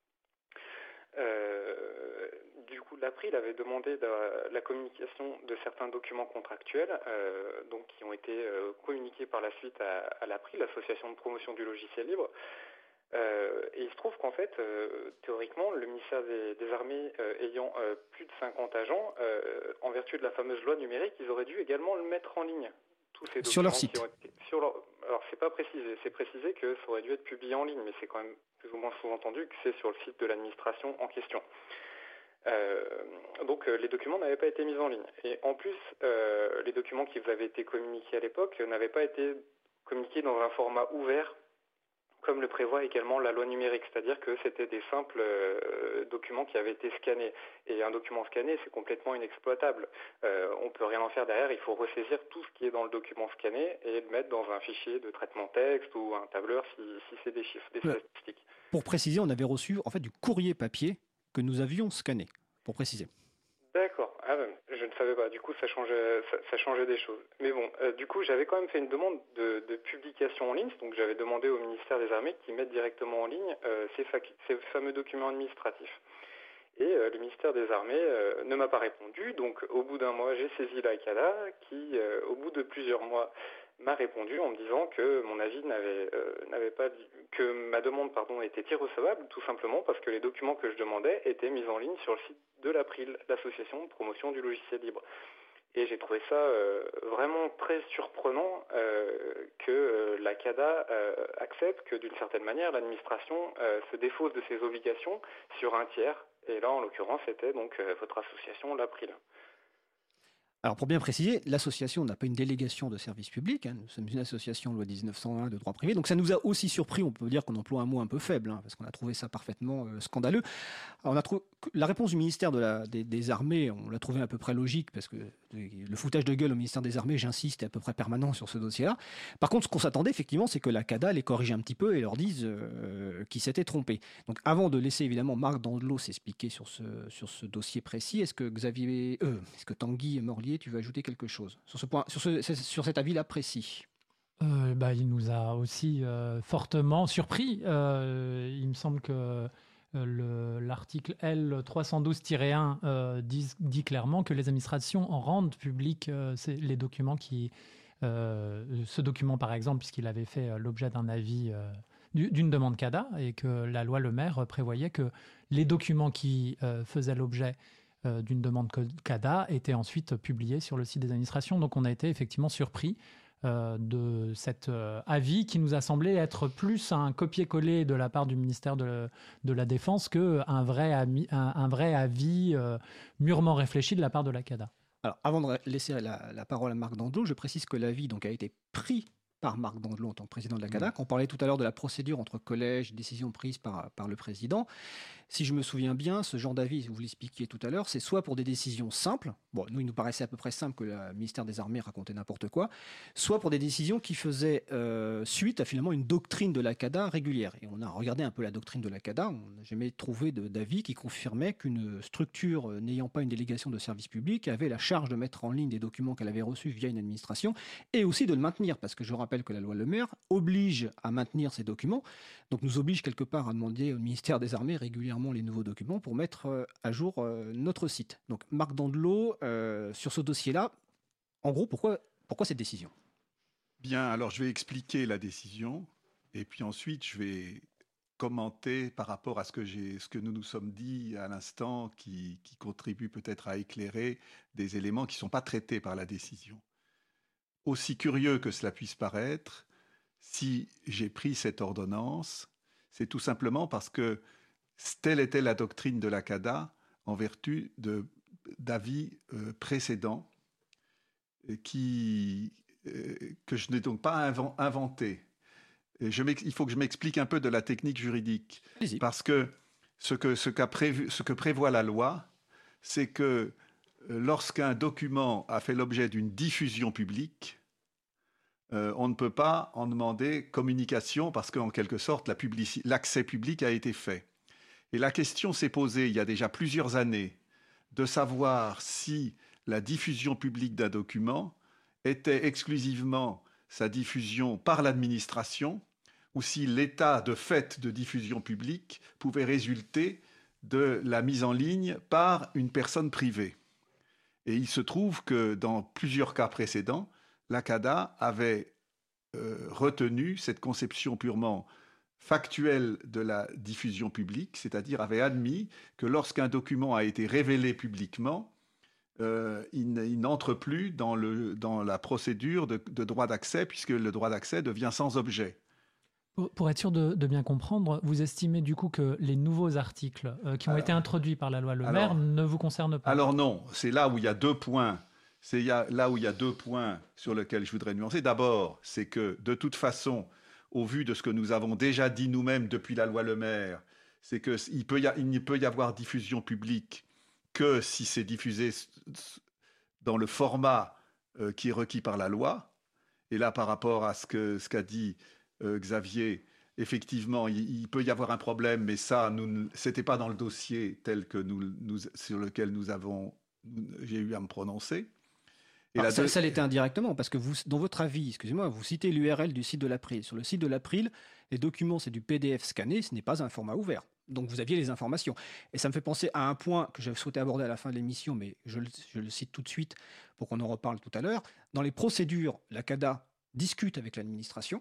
Euh, du coup, l'April avait demandé la, la communication de certains documents contractuels, euh, donc qui ont été euh, communiqués par la suite à, à l'April, l'association de promotion du logiciel libre. Euh, et il se trouve qu'en fait, euh, théoriquement, le ministère des, des Armées euh, ayant euh, plus de cinquante agents, euh, en vertu de la fameuse loi numérique, ils auraient dû également le mettre en ligne. Tous ces sur leur documents site. Qui ont été, sur leur, alors c'est pas précisé, c'est précisé que ça aurait dû être publié en ligne, mais c'est quand même plus ou moins sous-entendu que c'est sur le site de l'administration en question. Euh, donc euh, les documents n'avaient pas été mis en ligne. Et en plus, euh, les documents qui vous avaient été communiqués à l'époque n'avaient pas été communiqués dans un format ouvert, comme le prévoit également la loi numérique, c'est-à-dire que c'était des simples euh, documents qui avaient été scannés. Et un document scanné, c'est complètement inexploitable. Euh, on ne peut rien en faire derrière, il faut ressaisir tout ce qui est dans le document scanné et le mettre dans un fichier de traitement texte ou un tableur si, si c'est des chiffres, des Ouais. statistiques. Pour préciser, on avait reçu en fait du courrier papier que nous avions scanné, pour préciser. D'accord, ah ben, je ne savais pas, du coup ça changeait, ça, ça changeait des choses. Mais bon, euh, du coup j'avais quand même fait une demande de, de publication en ligne, donc j'avais demandé au ministère des Armées qu'ils mettent directement en ligne euh, ces, fac- ces fameux documents administratifs. Et euh, le ministère des Armées euh, ne m'a pas répondu, donc au bout d'un mois j'ai saisi la CADA qui, euh, au bout de plusieurs mois, m'a répondu en me disant que mon avis n'avait, euh, n'avait pas, que ma demande pardon était irrecevable, tout simplement parce que les documents que je demandais étaient mis en ligne sur le site de l'April, l'association de promotion du logiciel libre. Et j'ai trouvé ça euh, vraiment très surprenant euh, que euh, la CADA euh, accepte que d'une certaine manière l'administration euh, se défausse de ses obligations sur un tiers. Et là, en l'occurrence, c'était donc euh, votre association, l'April. Alors pour bien préciser, l'association n'a pas une délégation de service public, hein. Nous sommes une association loi dix-neuf cent un de droit privé, donc ça nous a aussi surpris, on peut dire qu'on emploie un mot un peu faible, hein, parce qu'on a trouvé ça parfaitement euh, scandaleux. Alors, on a trouvé la réponse du ministère de la, des, des Armées, on l'a trouvé à peu près logique, parce que le foutage de gueule au ministère des Armées, j'insiste, est à peu près permanent sur ce dossier-là. Par contre, ce qu'on s'attendait effectivement, c'est que la CADA les corrige un petit peu et leur dise euh, qu'ils s'étaient trompés. Donc avant de laisser évidemment Marc Dandelot s'expliquer sur ce, sur ce dossier précis, est-ce que Xavier, euh, est-ce que Tanguy Morlier, tu veux ajouter quelque chose sur ce point, sur, ce, sur cet avis-là précis? Euh, bah, il nous a aussi euh, fortement surpris. Euh, il me semble que euh, le, l'article L trois cent douze tiret un euh, dit, dit clairement que les administrations en rendent public euh, les documents qui... Euh, ce document, par exemple, puisqu'il avait fait euh, l'objet d'un avis, euh, d'une demande CADA, et que la loi Le Maire prévoyait que les documents qui euh, faisaient l'objet euh, d'une demande CADA étaient ensuite publiés sur le site des administrations. Donc on a été effectivement surpris Euh, de cet euh, avis qui nous a semblé être plus un copier-coller de la part du ministère de, de la Défense qu'un vrai, ami, un, un vrai avis euh, mûrement réfléchi de la part de la CADA. Alors, avant de laisser la, la parole à Marc Dandelot, je précise que l'avis donc, a été pris par Marc Dandelot en tant que président de la C A D A. Mmh. On parlait tout à l'heure de la procédure entre collèges, décisions prises par, par le président. Si je me souviens bien, ce genre d'avis, vous l'expliquiez tout à l'heure, c'est soit pour des décisions simples, bon, nous, il nous paraissait à peu près simple que le ministère des Armées racontait n'importe quoi, soit pour des décisions qui faisaient euh, suite à finalement une doctrine de la C A D A régulière. Et on a regardé un peu la doctrine de la C A D A, on n'a jamais trouvé de, d'avis qui confirmait qu'une structure euh, n'ayant pas une délégation de service public avait la charge de mettre en ligne des documents qu'elle avait reçus via une administration et aussi de le maintenir, parce que je rappelle que la loi Le Maire oblige à maintenir ces documents, donc nous oblige quelque part à demander au ministère des Armées régulièrement les nouveaux documents pour mettre euh, à jour euh, notre site. Donc Marc Dandelot, euh, sur ce dossier-là, en gros, pourquoi, pourquoi cette décision ? Bien, alors je vais expliquer la décision et puis ensuite je vais commenter par rapport à ce que, j'ai, ce que nous nous sommes dit à l'instant qui, qui contribue peut-être à éclairer des éléments qui ne sont pas traités par la décision. Aussi curieux que cela puisse paraître, si j'ai pris cette ordonnance, c'est tout simplement parce que telle était la doctrine de la C A D A en vertu de, d'avis euh, précédents qui, euh, que je n'ai donc pas invent, inventé. Et je il faut que je m'explique un peu de la technique juridique. Allez-y. Parce que ce que, ce qu'a prévu, ce que prévoit la loi, c'est que euh, lorsqu'un document a fait l'objet d'une diffusion publique, euh, on ne peut pas en demander communication parce qu'en quelque sorte, la publici- l'accès public a été fait. Et la question s'est posée il y a déjà plusieurs années de savoir si la diffusion publique d'un document était exclusivement sa diffusion par l'administration ou si l'état de fait de diffusion publique pouvait résulter de la mise en ligne par une personne privée. Et il se trouve que dans plusieurs cas précédents, la C A D A avait euh, retenu cette conception purement factuelle de la diffusion publique, c'est-à-dire avait admis que lorsqu'un document a été révélé publiquement, euh, il, il n'entre plus dans, le, dans la procédure de, de droit d'accès, puisque le droit d'accès devient sans objet. Pour, pour être sûr de, de bien comprendre, vous estimez du coup que les nouveaux articles euh, qui ont alors, été introduits par la loi Le Maire alors, ne vous concernent pas? Alors non, c'est là où il y a deux points. C'est là où il y a deux points sur lesquels je voudrais nuancer. D'abord, c'est que de toute façon, au vu de ce que nous avons déjà dit nous-mêmes depuis la loi Le Maire, c'est qu'il peut y a, il ne peut y avoir diffusion publique que si c'est diffusé dans le format euh, qui est requis par la loi. Et là, par rapport à ce, que, ce qu'a dit euh, Xavier, effectivement, il, il peut y avoir un problème, mais ça, nous, c'était pas dans le dossier tel que nous, nous, sur lequel nous avons, j'ai eu à me prononcer. Et ah, ça, deux... ça l'était indirectement, parce que vous, dans votre avis, excusez-moi, vous citez l'U R L du site de l'April. Sur le site de l'April, les documents, c'est du P D F scanné, ce n'est pas un format ouvert. Donc vous aviez les informations. Et ça me fait penser à un point que j'avais souhaité aborder à la fin de l'émission, mais je le, je le cite tout de suite pour qu'on en reparle tout à l'heure. Dans les procédures, la C A D A discute avec l'administration,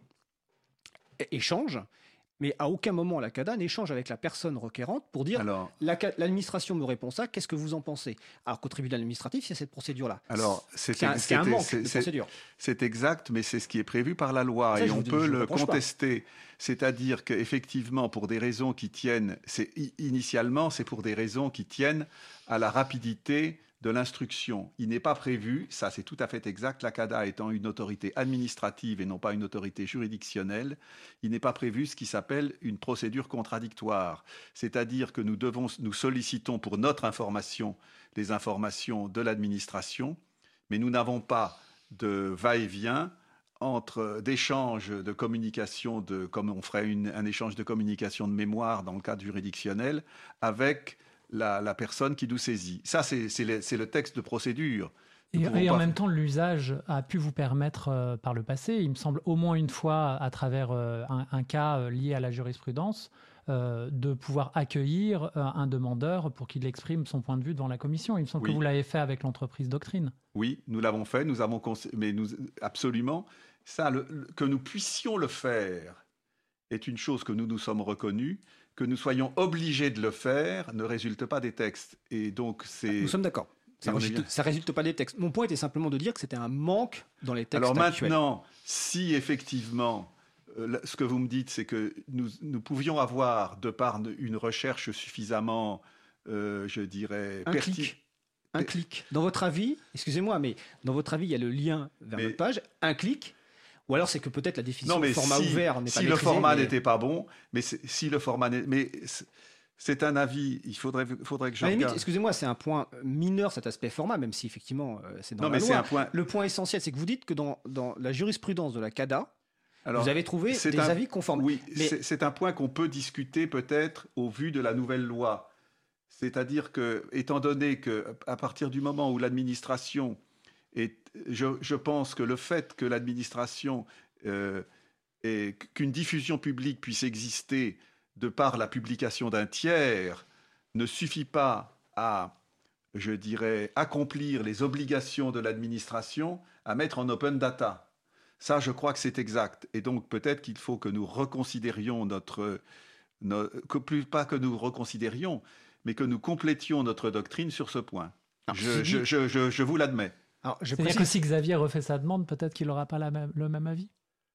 échange, mais à aucun moment la C A D A n'échange avec la personne requérante pour dire alors, la, l'administration me répond ça, qu'est-ce que vous en pensez? Alors qu'au tribunal administratif, il y a cette procédure-là. Alors, c'est, c'est, un, c'est un manque c'est, de c'est, procédure. C'est exact, mais c'est ce qui est prévu par la loi ça, et on dis, peut le contester. Pas. C'est-à-dire qu'effectivement, pour des raisons qui tiennent, c'est, initialement, c'est pour des raisons qui tiennent à la rapidité de l'instruction. Il n'est pas prévu, ça c'est tout à fait exact, la C A D A étant une autorité administrative et non pas une autorité juridictionnelle, il n'est pas prévu ce qui s'appelle une procédure contradictoire. C'est-à-dire que nous, devons, nous sollicitons pour notre information les informations de l'administration, mais nous n'avons pas de va-et-vient entre d'échanges de communication, de, comme on ferait une, un échange de communication de mémoire dans le cadre juridictionnel, avec La, la personne qui nous saisit. Ça, c'est, c'est, le, c'est le texte de procédure. Et, et en pas... même temps, l'usage a pu vous permettre, euh, par le passé, il me semble au moins une fois, à travers euh, un, un cas lié à la jurisprudence, euh, de pouvoir accueillir euh, un demandeur pour qu'il exprime son point de vue devant la commission. Il me semble oui. que vous l'avez fait avec l'entreprise Doctrine. Oui, nous l'avons fait, nous avons cons... mais nous, absolument. Ça, le, le, que nous puissions le faire est une chose que nous nous sommes reconnus. Que nous soyons obligés de le faire ne résulte pas des textes. Et donc c'est... Nous sommes d'accord. Ça ne résulte, résulte pas des textes. Mon point était simplement de dire que c'était un manque dans les textes Alors actuels. Maintenant, si effectivement, euh, ce que vous me dites, c'est que nous, nous pouvions avoir, de par une recherche suffisamment, euh, je dirais... Un perti- clic. Un clic. Dans votre avis, excusez-moi, mais dans votre avis, il y a le lien vers mais... notre page. Un clic. Ou alors c'est que peut-être la définition Non, mais de format si, ouvert n'est pas si le maîtrisée, format mais- n'était pas bon, mais c'est- si le format n'est- mais c'est- c'est un avis. Il faudrait, faudrait que je À la limite, regarde. excusez-moi, c'est un point mineur cet aspect format, même si effectivement euh, c'est dans Non, la mais c'est loi. un point. Le point essentiel, c'est que vous dites que dans, dans la jurisprudence de la CADA, Alors, vous avez trouvé c'est des un- avis conformes. Oui, Mais- c'est c'est un point qu'on peut discuter peut-être au vu de la nouvelle loi. C'est-à-dire que, étant donné que, à partir du moment où l'administration est, je, je pense que le fait que l'administration euh, et qu'une diffusion publique puisse exister de par la publication d'un tiers ne suffit pas à, je dirais, accomplir les obligations de l'administration à mettre en open data. Ça, je crois que c'est exact. Et donc, peut-être qu'il faut que nous reconsidérions notre... no- que plus pas que nous reconsidérions, mais que nous complétions notre doctrine sur ce point. Alors, Je, ceci je, dit- je, je, je vous l'admets. Alors, je C'est-à-dire que précise, si Xavier refait sa demande, peut-être qu'il n'aura pas la même- le même avis.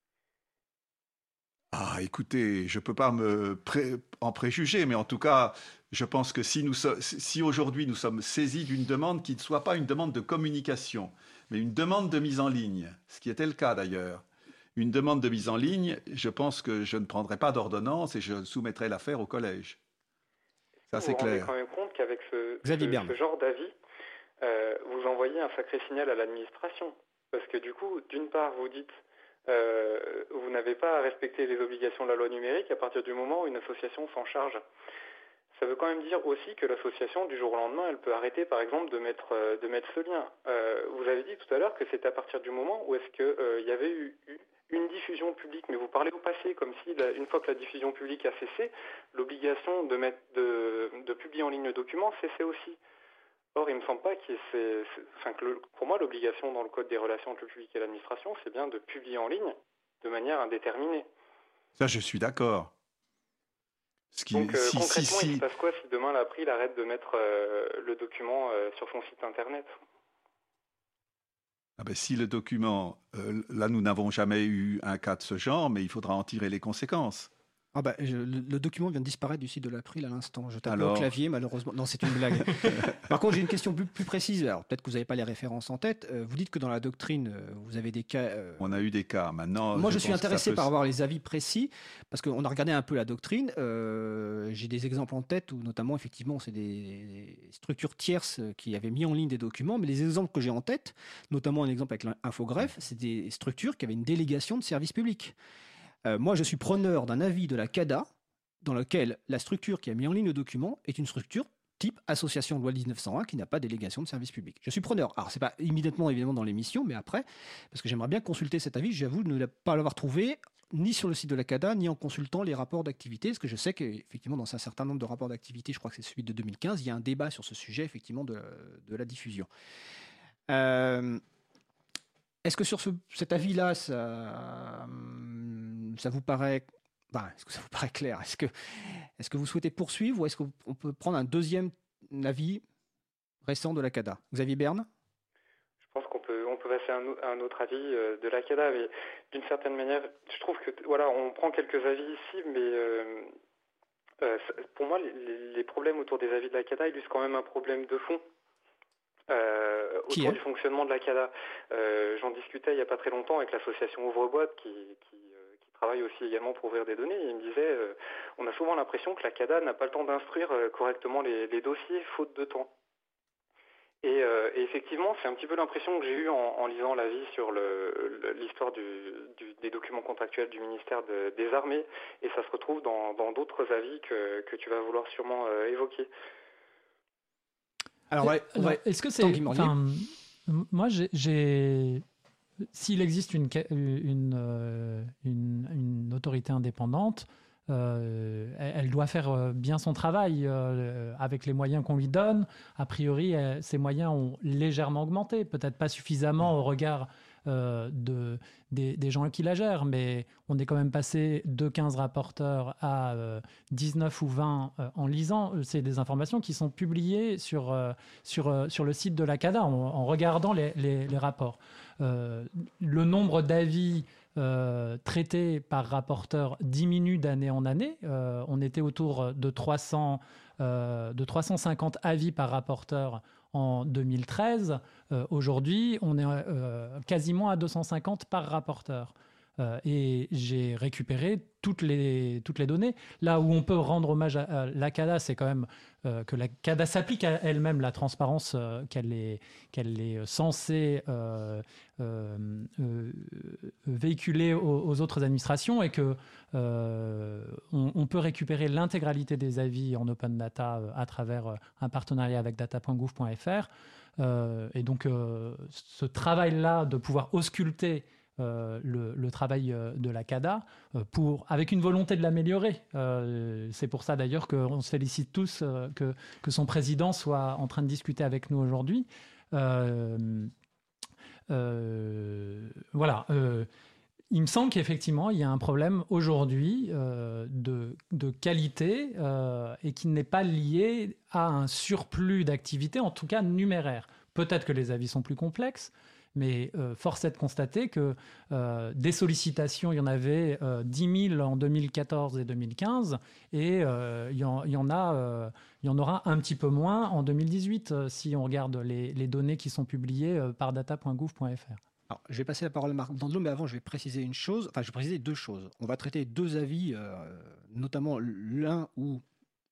Ah, écoutez, je ne peux pas me pré- en préjuger, mais en tout cas, je pense que si, nous so- si aujourd'hui nous sommes saisis d'une demande qui ne soit pas une demande de communication, mais une demande de mise en ligne, ce qui était le cas d'ailleurs, une demande de mise en ligne, je pense que je ne prendrai pas d'ordonnance et je soumettrai l'affaire au collège. Ça, vous c'est vous rendez clair. quand même compte qu'avec ce, Xavier ce, Berne. ce genre d'avis, euh, vous envoyez un sacré signal à l'administration. Parce que du coup, d'une part, vous dites, euh, vous n'avez pas à respecter les obligations de la loi numérique à partir du moment où une association s'en charge. Ça veut quand même dire aussi que l'association, du jour au lendemain, elle peut arrêter, par exemple, de mettre, euh, de mettre ce lien. Euh, vous avez dit tout à l'heure que c'est à partir du moment où est-ce qu'il euh, y avait eu, eu une diffusion publique, mais vous parlez au passé, comme si, la- une fois que la diffusion publique a cessé, l'obligation de, mettre, de, de publier en ligne le document cessait aussi. Or, il ne me semble pas qu'il y ait ces- ces- enfin, que le- pour moi, l'obligation dans le Code des relations entre le public et l'administration, c'est bien de publier en ligne de manière indéterminée. Ça, je suis d'accord. Ce qui, Donc, euh, si, si, concrètement, il si- se passe quoi si demain l'April arrête de mettre euh, le document euh, sur son site internet? ah ben, si le document, euh, là, nous n'avons jamais eu un cas de ce genre, mais il faudra en tirer les conséquences. ah bah, je- le, le document vient de disparaître du site de l'April à l'instant. Je tape Alors au clavier, malheureusement. Non, c'est une blague. Par contre, j'ai une question plus, plus précise. Alors, peut-être que vous n'avez pas les références en tête. Euh, vous dites que dans la doctrine, euh, vous avez des cas. euh, On a eu des cas. Maintenant, Moi, je, suis pense que ça intéressé peut par se- avoir les avis précis, parce qu'on a regardé un peu la doctrine. Euh, j'ai des exemples en tête où, notamment, effectivement, c'est des structures tierces qui avaient mis en ligne des documents. Mais les exemples que j'ai en tête, notamment un exemple avec l'Infogreffe, c'est des structures qui avaient une délégation de service public. Euh, moi, je suis preneur d'un avis de la CADA, dans lequel la structure qui a mis en ligne le document est une structure type association de loi dix-neuf cent un qui n'a pas de délégation de service public. Je suis preneur. Alors, c'est pas immédiatement, évidemment, dans l'émission, mais après, parce que j'aimerais bien consulter cet avis. J'avoue de ne pas l'avoir trouvé ni sur le site de la CADA, ni en consultant les rapports d'activité, parce que je sais qu'effectivement, dans un certain nombre de rapports d'activité, je crois que c'est celui de deux mille quinze, il y a un débat sur ce sujet, effectivement, de, de la diffusion. Euh, Est-ce que sur ce- cet avis-là, ça, ça vous paraît... Bah, est-ce que ça vous paraît clair? Est-ce que, est-ce que vous souhaitez poursuivre ou est-ce qu'on peut prendre un deuxième avis récent de la CADA? Xavier Berne? Je pense qu'on peut, on peut passer à un, au- à un autre avis euh, de la CADA, mais d'une certaine manière, je trouve que t- voilà, on prend quelques avis ici, mais euh, euh, ça- pour moi, les, les- les problèmes autour des avis de la CADA illustrent quand même un problème de fond. Euh, Qui autour est du fonctionnement de la CADA. Euh, j'en discutais il n'y a pas très longtemps avec l'association Ouvre-Boîte qui, qui, euh, qui travaille aussi également pour ouvrir des données. Et il me disait, euh, on a souvent l'impression que la CADA n'a pas le temps d'instruire euh, correctement les, les dossiers, faute de temps. Et, euh, et effectivement, c'est un petit peu l'impression que j'ai eue en, en lisant l'avis sur le- le- l'histoire du, du- des documents contractuels du ministère de- des Armées, et ça se retrouve dans dans d'autres avis que, que tu vas vouloir sûrement euh, évoquer. Alors, ouais, on va- Alors, est-ce que c'est... Tanguy Morlier. Enfin, m- moi, j'ai- j'ai... S'il existe une, ca- une, euh, une, une autorité indépendante, euh, elle, elle doit faire euh, bien son travail euh, avec les moyens qu'on lui donne. A priori, elle- ces moyens ont légèrement augmenté, peut-être pas suffisamment au regard euh, de, des, des gens qui la gèrent, mais on est quand même passé de quinze rapporteurs à euh, dix-neuf ou vingt euh, en lisant. C'est des informations qui sont publiées sur, euh, sur, euh, sur le site de la CADA en, en regardant les, les, les rapports. Euh, le nombre d'avis euh, traités par rapporteur diminue d'année en année. Euh, on était autour de trois cents, euh, de trois cent cinquante avis par rapporteur en deux mille treize. Euh, aujourd'hui, on est euh, quasiment à deux cent cinquante par rapporteur. Euh, et j'ai récupéré toutes les, toutes les données. Là où on peut rendre hommage à, à la CADA, c'est quand même euh, que la CADA s'applique à elle-même la transparence euh, qu'elle est, qu'elle est censée euh, euh, euh, véhiculer aux, aux autres administrations, et que euh, on, on peut récupérer l'intégralité des avis en open data euh, à travers un partenariat avec data point gouv point f r. Euh, et donc, euh, ce travail-là de pouvoir ausculter Euh, le, le travail euh, de la CADA euh, pour, avec une volonté de l'améliorer. Euh, c'est pour ça d'ailleurs qu'on se félicite tous euh, que, que son président soit en train de discuter avec nous aujourd'hui. Euh, euh, voilà. Euh, il me semble qu'effectivement, il y a un problème aujourd'hui euh, de, de qualité euh, et qui n'est pas lié à un surplus d'activité, en tout cas numéraire. Peut-être que les avis sont plus complexes, mais euh, force est de constater que euh, des sollicitations, il y en avait euh, dix mille en deux mille quatorze et deux mille quinze, et euh, il, y en, il, y en a, euh, il y en aura un petit peu moins en deux mille dix-huit, euh, si on regarde les, les données qui sont publiées euh, par data point gouv point f r. Alors, je vais passer la parole à Marc Dandelot, mais avant, je vais préciser une chose. Enfin, je vais préciser deux choses. On va traiter deux avis, euh, notamment l'un où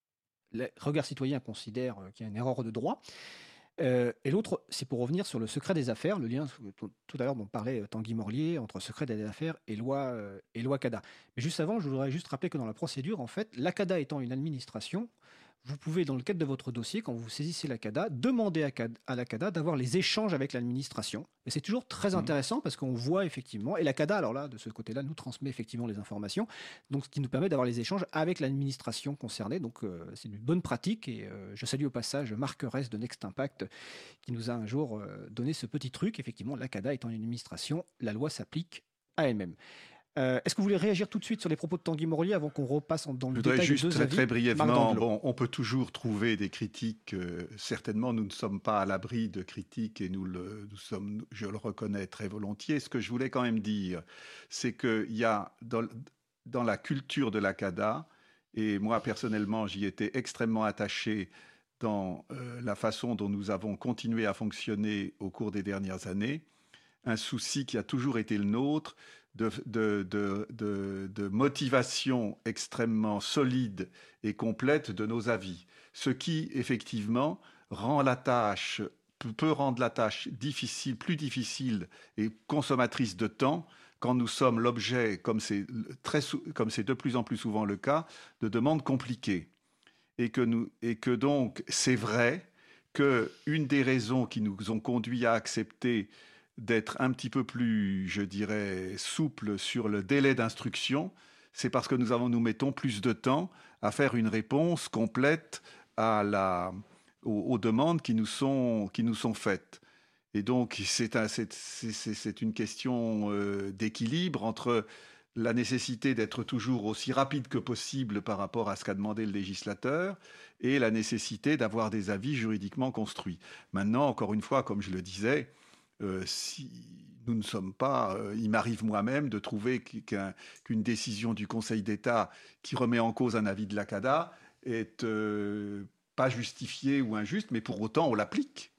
le Regard Citoyen considère qu'il y a une erreur de droit. Euh, et l'autre, c'est pour revenir sur le secret des affaires, le lien tout, tout à l'heure dont parlait Tanguy Morlier entre secret des affaires et loi, euh, et loi CADA. Mais juste avant, je voudrais juste rappeler que dans la procédure, en fait, la CADA étant une administration, vous pouvez, dans le cadre de votre dossier, quand vous saisissez la CADA, demander à, CAD, à la CADA d'avoir les échanges avec l'administration. Et c'est toujours très intéressant parce qu'on voit effectivement, et la CADA, alors là, de ce côté-là, nous transmet effectivement les informations, donc ce qui nous permet d'avoir les échanges avec l'administration concernée. Donc euh, c'est une bonne pratique, et euh, je salue au passage Marc Ress de Next Impact qui nous a un jour euh, donné ce petit truc. Effectivement, la CADA étant une administration, la loi s'applique à elle-même. Euh, Est-ce que vous voulez réagir tout de suite sur les propos de Tanguy Morlier avant qu'on repasse dans le Je détail voudrais juste des deux très, avis? très brièvement, bon, on peut toujours trouver des critiques. Euh, certainement, nous ne sommes pas à l'abri de critiques et nous, le, nous sommes, je le reconnais très volontiers. Ce que je voulais quand même dire, c'est qu'il y a dans, dans la culture de la CADA, et moi personnellement, j'y étais extrêmement attaché dans euh, la façon dont nous avons continué à fonctionner au cours des dernières années, un souci qui a toujours été le nôtre, De, de, de, de, de motivation extrêmement solide et complète de nos avis. Ce qui, effectivement, rend la tâche, peut rendre la tâche difficile, plus difficile et consommatrice de temps quand nous sommes l'objet, comme c'est, très, comme c'est de plus en plus souvent le cas, de demandes compliquées. Et que, nous, et que donc, c'est vrai qu'une des raisons qui nous ont conduits à accepter d'être un petit peu plus, je dirais, souple sur le délai d'instruction, c'est parce que nous, avons, nous mettons plus de temps à faire une réponse complète à la, aux, aux demandes qui nous sont, qui nous sont faites. Et donc, c'est, un, c'est, c'est, c'est une question euh, d'équilibre entre la nécessité d'être toujours aussi rapide que possible par rapport à ce qu'a demandé le législateur et la nécessité d'avoir des avis juridiquement construits. Maintenant, encore une fois, comme je le disais, Euh, si nous ne sommes pas, euh, il m'arrive moi-même de trouver qu'un, qu'une décision du Conseil d'État qui remet en cause un avis de la CADA est euh, pas justifiée ou injuste, mais pour autant on l'applique.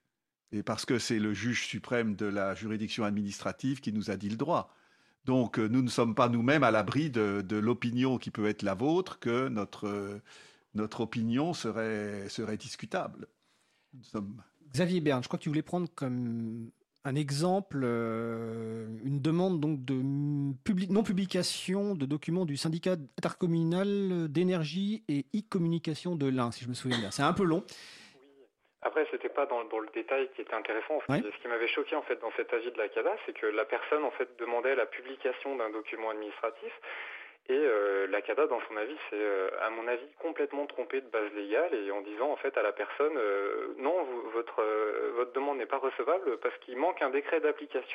Et parce que c'est le juge suprême de la juridiction administrative qui nous a dit le droit. Donc euh, nous ne sommes pas nous-mêmes à l'abri de, de l'opinion qui peut être la vôtre, que notre, euh, notre opinion serait, serait discutable. Nous sommes... Xavier Berne, je crois que tu voulais prendre comme un exemple euh, une demande donc de publi- non-publication de documents du syndicat intercommunal d'énergie et e-communication de l'Ain, si je me souviens bien. C'est un peu long. Oui. Après, c'était pas dans, dans le détail qui était intéressant. Ce qui, Ouais. ce qui m'avait choqué en fait dans cet avis de la CADA, c'est que la personne en fait demandait la publication d'un document administratif. Et euh, la CADA, dans son avis, s'est, euh, à mon avis, complètement trompée de base légale et en disant en fait à la personne euh, non, vous, votre, euh, votre demande n'est pas recevable parce qu'il manque un décret d'application.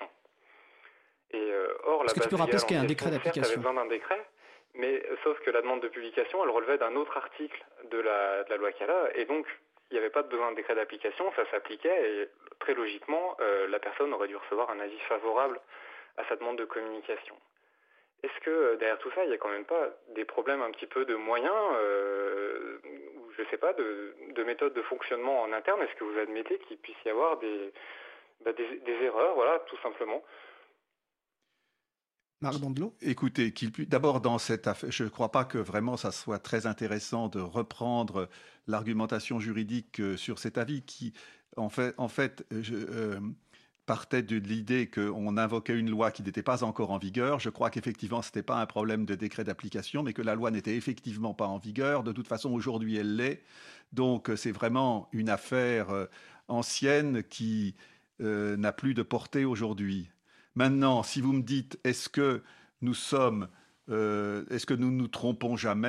Et euh, or, Est-ce la que tu base peux rappeler légale ce qu'est en un question, décret certes, d'application? avait besoin d'un décret, mais euh, sauf que la demande de publication, elle relevait d'un autre article de la, de la loi CADA, et donc il n'y avait pas de besoin de décret d'application, ça s'appliquait, et très logiquement, euh, la personne aurait dû recevoir un avis favorable à sa demande de communication. Est-ce que euh, derrière tout ça, il n'y a quand même pas des problèmes un petit peu de moyens, euh, ou je ne sais pas, de, de méthodes de fonctionnement en interne? Est-ce que vous admettez qu'il puisse y avoir des, bah, des, des erreurs, voilà, tout simplement? Marc Dandelot ? Écoutez, qu'il puisse. D'abord, dans cette affaire, je ne crois pas que vraiment ça soit très intéressant de reprendre l'argumentation juridique euh, sur cet avis qui, en fait, en fait je, euh, partait de l'idée qu'on invoquait une loi qui n'était pas encore en vigueur. Je crois qu'effectivement, ce n'était pas un problème de décret d'application, mais que la loi n'était effectivement pas en vigueur. De toute façon, aujourd'hui, elle l'est. Donc, c'est vraiment une affaire euh, ancienne qui euh, n'a plus de portée aujourd'hui. Maintenant, si vous me dites, est-ce que nous sommes, euh, est-ce que nous nous trompons jamais ?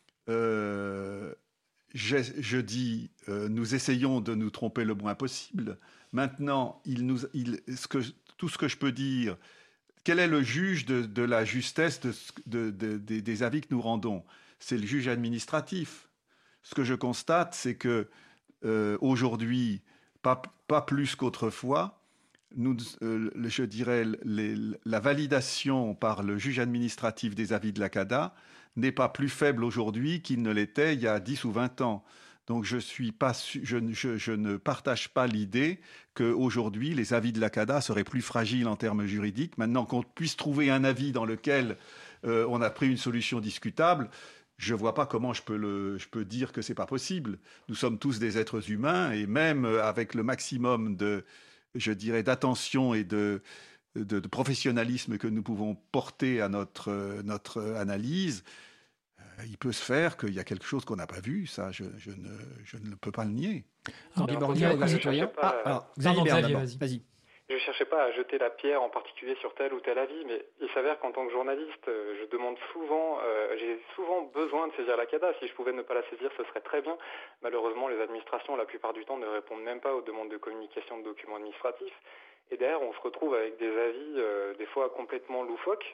euh, je, je dis, euh, nous essayons de nous tromper le moins possible. Maintenant, il nous, il, ce que, tout ce que je peux dire, quel est le juge de, de la justesse de, de, de, de, des avis que nous rendons ? C'est le juge administratif. Ce que je constate, c'est que euh, aujourd'hui, pas, pas plus qu'autrefois, Nous, euh, je dirais, les, la validation par le juge administratif des avis de la C A D A n'est pas plus faible aujourd'hui qu'il ne l'était il y a dix ou vingt ans. Donc je, suis pas, je, je, je ne partage pas l'idée qu'aujourd'hui, les avis de la C A D A seraient plus fragiles en termes juridiques. Maintenant qu'on puisse trouver un avis dans lequel euh, on a pris une solution discutable, je ne vois pas comment je peux, le, je peux dire que ce n'est pas possible. Nous sommes tous des êtres humains et même avec le maximum de... je dirais, d'attention et de, de, de professionnalisme que nous pouvons porter à notre, notre analyse, euh, il peut se faire qu'il y a quelque chose qu'on n'a pas vu. Ça, je, je, ne, je ne peux pas le nier. Tanguy Morlier, regard citoyen. Ah, alors, Xavier Berne, d'abord. Vas-y. Vas-y. Je ne cherchais pas à jeter la pierre en particulier sur tel ou tel avis, mais il s'avère qu'en tant que journaliste, je demande souvent, euh, j'ai souvent besoin de saisir la C A D A. Si je pouvais ne pas la saisir, ce serait très bien. Malheureusement, les administrations, la plupart du temps, ne répondent même pas aux demandes de communication de documents administratifs. Et derrière, on se retrouve avec des avis, euh, des fois complètement loufoques.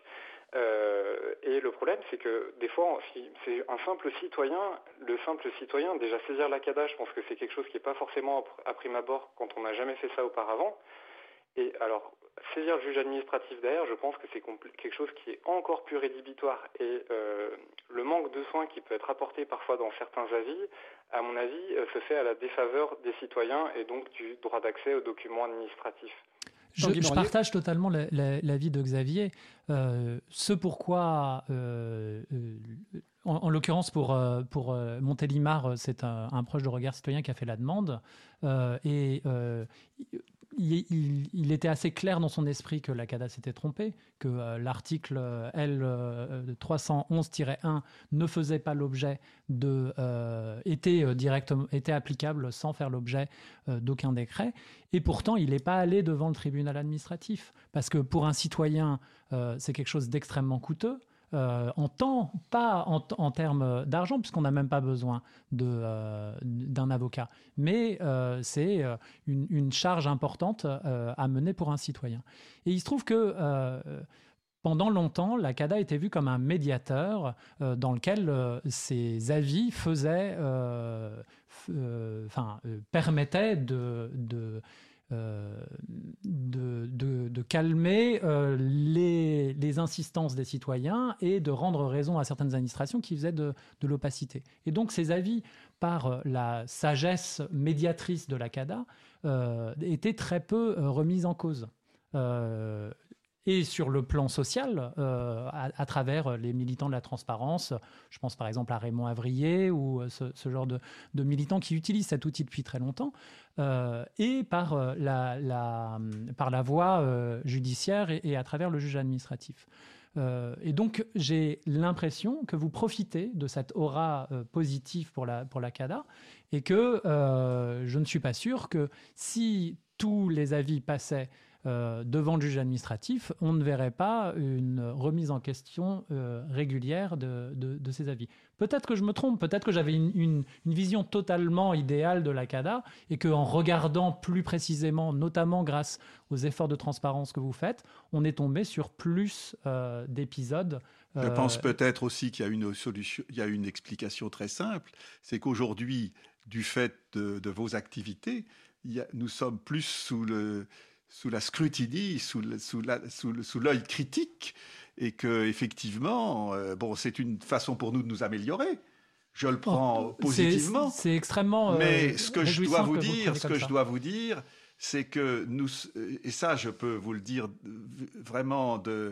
Euh, et le problème, c'est que des fois, si c'est un simple citoyen, le simple citoyen, déjà saisir la C A D A, je pense que c'est quelque chose qui n'est pas forcément à prime abord quand on n'a jamais fait ça auparavant. Et alors, saisir le juge administratif derrière, je pense que c'est compl- quelque chose qui est encore plus rédhibitoire. Et euh, le manque de soins qui peut être apporté parfois dans certains avis, à mon avis, euh, se fait à la défaveur des citoyens et donc du droit d'accès aux documents administratifs. Je, je partage totalement la, la, l'avis de Xavier. Euh, ce pourquoi, euh, euh, en, en l'occurrence pour, euh, pour euh, Montélimar, c'est un, un proche de Regard Citoyen qui a fait la demande. Euh, et euh, il, il, il était assez clair dans son esprit que la C A D A s'était trompée, que euh, l'article L trois cent onze tiret un ne faisait pas l'objet de... Euh, était, euh, directement, était applicable sans faire l'objet euh, d'aucun décret. Et pourtant, il n'est pas allé devant le tribunal administratif. Parce que pour un citoyen, euh, c'est quelque chose d'extrêmement coûteux. Euh, en temps, pas en, en termes d'argent, puisqu'on n'a même pas besoin de, euh, d'un avocat. Mais euh, c'est une, une charge importante euh, à mener pour un citoyen. Et il se trouve que euh, pendant longtemps, la C A D A était vue comme un médiateur euh, dans lequel euh, ses avis faisaient, euh, f- euh, enfin, euh, permettaient de... de Euh, de, de, de calmer euh, les, les insistances des citoyens et de rendre raison à certaines administrations qui faisaient de, de l'opacité. Et donc ces avis, par la sagesse médiatrice de la C A D A, euh, étaient très peu euh, remis en cause. Euh, Et sur le plan social, euh, à, à travers les militants de la transparence, je pense par exemple à Raymond Avrier ou ce, ce genre de, de militants qui utilisent cet outil depuis très longtemps, euh, et par la, la, par la voie euh, judiciaire et, et à travers le juge administratif. Euh, et donc, j'ai l'impression que vous profitez de cette aura euh, positive pour la, pour la C A D A et que euh, je ne suis pas sûr que si tous les avis passaient Euh, devant le juge administratif, on ne verrait pas une remise en question euh, régulière de, de, de ces avis. Peut-être que je me trompe, peut-être que j'avais une, une, une vision totalement idéale de la C A D A et qu'en regardant plus précisément, notamment grâce aux efforts de transparence que vous faites, on est tombé sur plus euh, d'épisodes. Euh... Je pense peut-être aussi qu'il y a une solution, il y a une explication très simple, c'est qu'aujourd'hui, du fait de, de vos activités, il y a, nous sommes plus sous le... sous la scrutiny, sous, le, sous, la, sous, le, sous l'œil critique, et que effectivement, euh, bon, c'est une façon pour nous de nous améliorer. Je le prends oh, positivement. C'est, c'est extrêmement. Mais euh, ce que je dois vous que dire, vous ce que je dois vous dire, c'est que nous, et ça, je peux vous le dire vraiment de,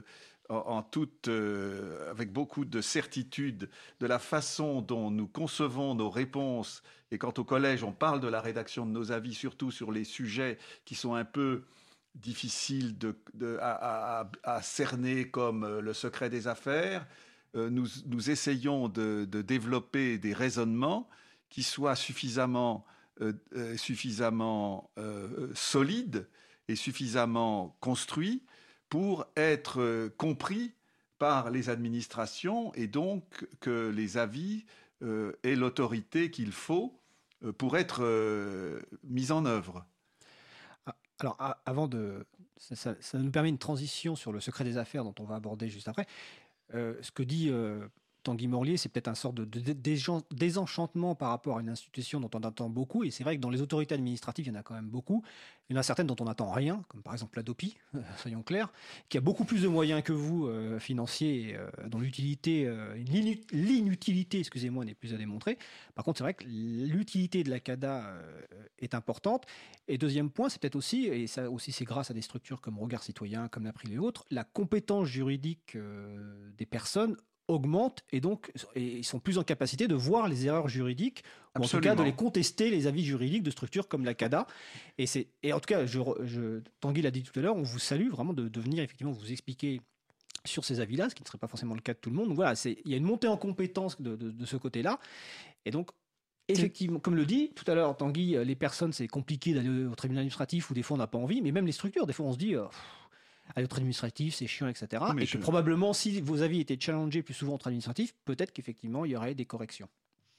en, en toute, euh, avec beaucoup de certitude de la façon dont nous concevons nos réponses. Et quand au collège, on parle de la rédaction de nos avis, surtout sur les sujets qui sont un peu difficiles de, de, à, à, à cerner comme le secret des affaires, euh, nous, nous essayons de, de développer des raisonnements qui soient suffisamment, euh, euh, suffisamment euh, solides et suffisamment construits pour être euh, compris par les administrations et donc que les avis euh, aient l'autorité qu'il faut euh, pour être euh, mis en œuvre. Alors, à, avant de... Ça, ça, ça nous permet une transition sur le secret des affaires dont on va aborder juste après. Euh, ce que dit euh, Tanguy Morlier, c'est peut-être un sorte de, de, de désenchantement par rapport à une institution dont on attend beaucoup. Et c'est vrai que dans les autorités administratives, il y en a quand même beaucoup. Il y en a certaines dont on n'attend rien, comme par exemple la DOPI, euh, soyons clairs, qui a beaucoup plus de moyens que vous, euh, financiers, euh, dont l'utilité, euh, l'inutilité, excusez-moi, n'est plus à démontrer. Par contre, c'est vrai que l'utilité de la CADA euh, est importante. Et deuxième point, c'est peut-être aussi, et ça aussi c'est grâce à des structures comme Regard Citoyen, comme l'April et autres, la compétence juridique euh, des personnes augmente et donc et ils sont plus en capacité de voir les erreurs juridiques ou Absolument. en tout cas de les contester, les avis juridiques de structures comme la CADA. Et, c'est, et en tout cas, je, je, Tanguy l'a dit tout à l'heure, on vous salue vraiment de, de venir effectivement vous expliquer sur ces avis-là, ce qui ne serait pas forcément le cas de tout le monde. Donc voilà, c'est, il y a une montée en compétence de, de, de ce côté-là. Et donc, effectivement, comme le dit tout à l'heure Tanguy, les personnes, c'est compliqué d'aller au tribunal administratif où des fois on n'a pas envie, mais même les structures, des fois on se dit... Oh, à l'autre administratif, c'est chiant, et cetera. Mais et je... que probablement, si vos avis étaient challengés plus souvent entre administratifs, peut-être qu'effectivement, il y aurait des corrections.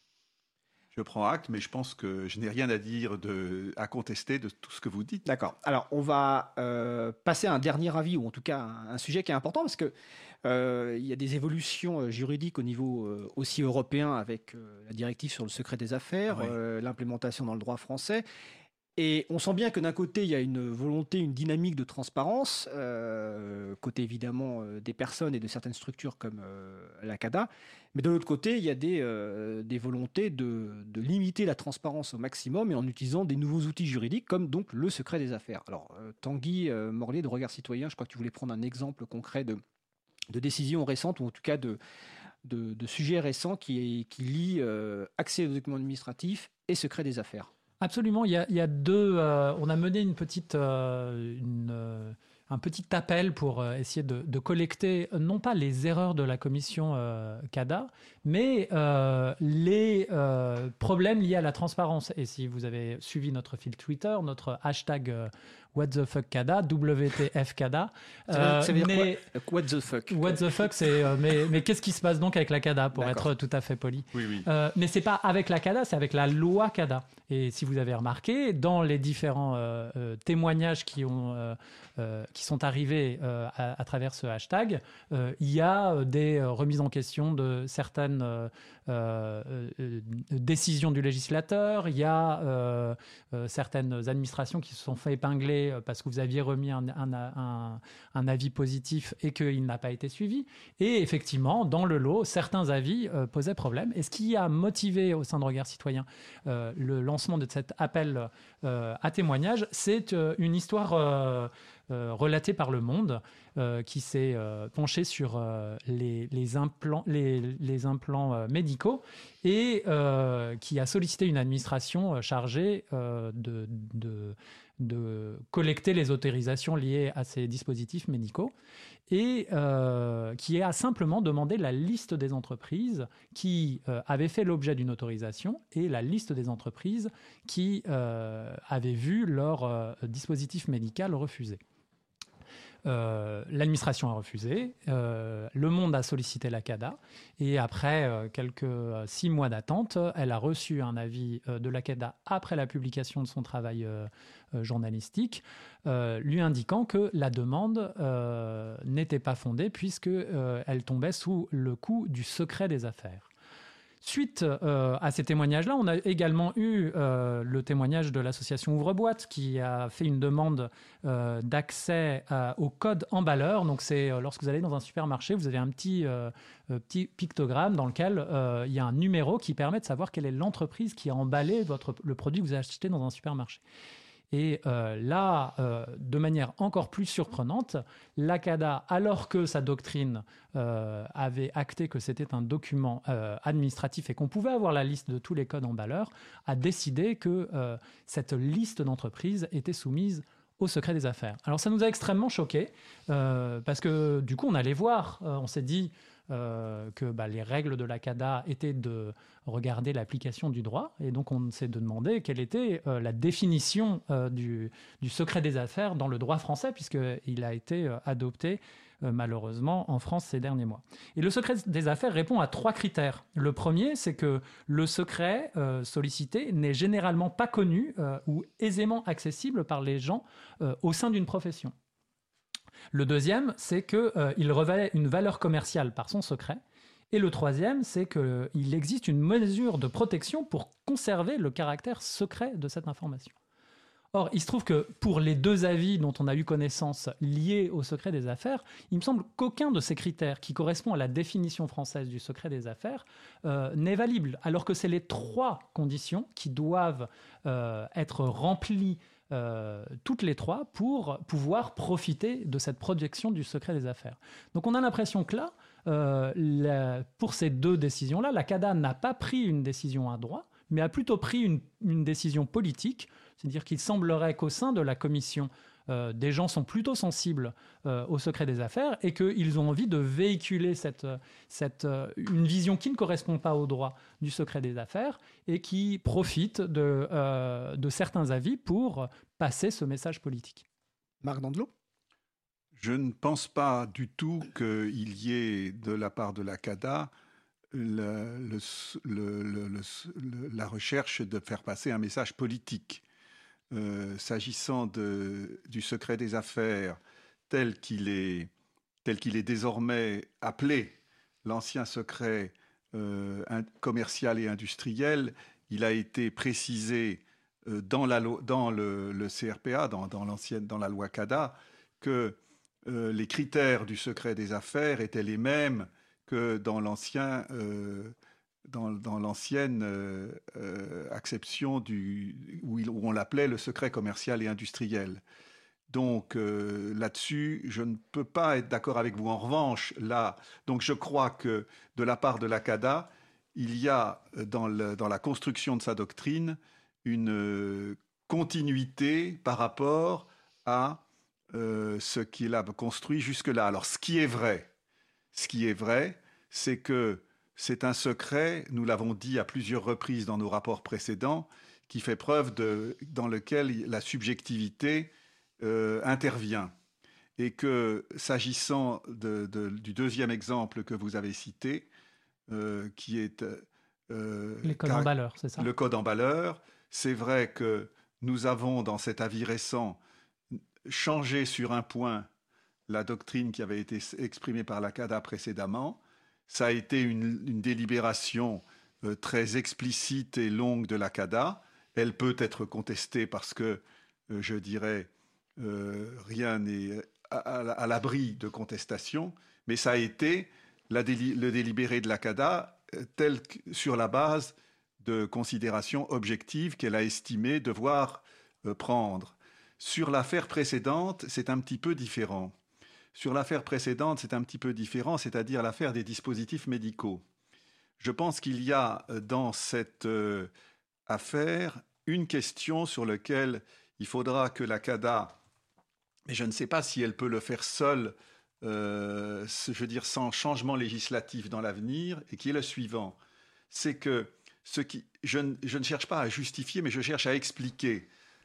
Je prends acte, mais je pense que je n'ai rien à dire, de, à contester de tout ce que vous dites. D'accord. Alors, on va euh, passer à un dernier avis, ou en tout cas un, un sujet qui est important, parce qu'il euh, y a des évolutions juridiques au niveau euh, aussi européen, avec euh, la directive sur le secret des affaires, oui. euh, l'implémentation dans le droit français. Et on sent bien que d'un côté, il y a une volonté, une dynamique de transparence, euh, côté évidemment euh, des personnes et de certaines structures comme euh, la CADA, mais de l'autre côté, il y a des, euh, des volontés de, de limiter la transparence au maximum et en utilisant des nouveaux outils juridiques comme donc le secret des affaires. Alors, euh, Tanguy euh, Morlier de Regard Citoyen, je crois que tu voulais prendre un exemple concret de, de décision récente ou en tout cas de, de, de sujet récent qui, qui lie euh, accès aux documents administratifs et secret des affaires. Absolument, il y a, il y a deux. Euh, on a mené une petite, euh, une, euh, un petit appel pour euh, essayer de, de collecter non pas les erreurs de la commission euh, CADA, mais euh, les euh, problèmes liés à la transparence. Et si vous avez suivi notre fil Twitter, notre hashtag euh, What the fuck CADA, W T F CADA. Euh, ça veut dire mais, quoi What the fuck What the fuck, c'est euh, mais, mais qu'est-ce qui se passe donc avec la CADA, pour D'accord. être tout à fait poli. Oui, oui. Euh, mais c'est pas avec la CADA, c'est avec la loi CADA. Et si vous avez remarqué, dans les différents euh, euh, témoignages qui, ont, euh, euh, qui sont arrivés euh, à, à travers ce hashtag, euh, il y a des remises en question de certaines euh, euh, décisions du législateur, il y a euh, euh, certaines administrations qui se sont fait épingler parce que vous aviez remis un, un, un, un avis positif et qu'il n'a pas été suivi. Et effectivement, dans le lot, certains avis euh, posaient problème. Et ce qui a motivé au sein de Regard Citoyen euh, le lancement de cet appel euh, à témoignage, c'est euh, une histoire euh, euh, relatée par Le Monde euh, qui s'est euh, penchée sur euh, les, les implants, les, les implants euh, médicaux et euh, qui a sollicité une administration euh, chargée euh, de... de de collecter les autorisations liées à ces dispositifs médicaux et euh, qui a simplement demandé la liste des entreprises qui euh, avaient fait l'objet d'une autorisation et la liste des entreprises qui euh, avaient vu leur euh, dispositif médical refusé. Euh, l'administration a refusé, euh, Le Monde a sollicité la CADA et après euh, quelques euh, six mois d'attente, elle a reçu un avis euh, de la CADA après la publication de son travail euh, euh, journalistique, euh, lui indiquant que la demande euh, n'était pas fondée puisque euh, elle tombait sous le coup du secret des affaires. Suite euh, à ces témoignages-là, on a également eu euh, le témoignage de l'association Ouvre-Boîte qui a fait une demande euh, d'accès à, au code emballeur. Donc, c'est euh, lorsque vous allez dans un supermarché, vous avez un petit, euh, petit pictogramme dans lequel euh, il y a un numéro qui permet de savoir quelle est l'entreprise qui a emballé votre, le produit que vous achetez dans un supermarché. Et euh, là, euh, de manière encore plus surprenante, la C A D A, alors que sa doctrine euh, avait acté que c'était un document euh, administratif et qu'on pouvait avoir la liste de tous les codes emballeurs, a décidé que euh, cette liste d'entreprises était soumise au secret des affaires. Alors ça nous a extrêmement choqués, euh, parce que du coup on allait voir, euh, on s'est dit euh, que bah, les règles de la C A D A étaient de regarder l'application du droit, et donc on s'est demandé quelle était euh, la définition euh, du, du secret des affaires dans le droit français, puisqu'il a été euh, adopté euh, malheureusement en France ces derniers mois. Et le secret des affaires répond à trois critères. Le premier, c'est que le secret euh, sollicité n'est généralement pas connu euh, ou aisément accessible par les gens euh, au sein d'une profession. Le deuxième, c'est qu'il euh, revêt une valeur commerciale par son secret. Et le troisième, c'est qu'il existe une mesure de protection pour conserver le caractère secret de cette information. Or, il se trouve que pour les deux avis dont on a eu connaissance liés au secret des affaires, il me semble qu'aucun de ces critères qui correspond à la définition française du secret des affaires euh, n'est valable, alors que c'est les trois conditions qui doivent euh, être remplies Euh, toutes les trois pour pouvoir profiter de cette protection du secret des affaires. Donc on a l'impression que là, euh, la, pour ces deux décisions-là, la C A D A n'a pas pris une décision à droit, mais a plutôt pris une, une décision politique, c'est-à-dire qu'il semblerait qu'au sein de la commission, euh, des gens sont plutôt sensibles euh, au secret des affaires et qu'ils ont envie de véhiculer cette, cette, euh, une vision qui ne correspond pas au droit du secret des affaires et qui profite de, euh, de certains avis pour passer ce message politique. Marc Dandelot ? Je ne pense pas du tout qu'il y ait de la part de la C A D A le, le, le, le, le, la recherche de faire passer un message politique. Euh, s'agissant de, du secret des affaires tel qu'il est, tel qu'il est désormais appelé, l'ancien secret euh, commercial et industriel, il a été précisé euh, dans, la lo- dans le, le C R P A, dans, dans, l'ancienne, dans la loi C A D A, que euh, les critères du secret des affaires étaient les mêmes que dans l'ancien euh, Dans, dans l'ancienne euh, euh, acception du, où, il, où on l'appelait le secret commercial et industriel. Donc euh, là-dessus, je ne peux pas être d'accord avec vous. En revanche, là, donc je crois que de la part de la C A D A, il y a dans, le, dans la construction de sa doctrine une euh, continuité par rapport à euh, ce qu'il a construit jusque-là. Alors ce qui est vrai, ce qui est vrai, c'est que c'est un secret, nous l'avons dit à plusieurs reprises dans nos rapports précédents, qui fait preuve de, dans lequel la subjectivité euh, intervient. Et que, s'agissant de, de, du deuxième exemple que vous avez cité, euh, qui est... Euh, Les codes car, emballeurs, c'est ça ? Le code emballeur, c'est vrai que nous avons, dans cet avis récent, changé sur un point la doctrine qui avait été exprimée par la C A D A précédemment. Ça a été une, une délibération euh, très explicite et longue de la C A D A. Elle peut être contestée parce que, euh, je dirais, euh, rien n'est à, à, à l'abri de contestation, mais ça a été la déli- le délibéré de la C A D A euh, tel que, sur la base de considérations objectives qu'elle a estimé devoir euh, prendre. Sur l'affaire précédente, c'est un petit peu différent. Sur l'affaire précédente, c'est un petit peu différent, c'est-à-dire l'affaire des dispositifs médicaux. Je pense qu'il y a dans cette euh, affaire une question sur laquelle il faudra que la C A D A, mais je ne sais pas si elle peut le faire seule, euh, je veux dire sans changement législatif dans l'avenir, et qui est le suivant. C'est que ce qui, je, ne, je ne cherche pas à justifier, mais je cherche à expliquer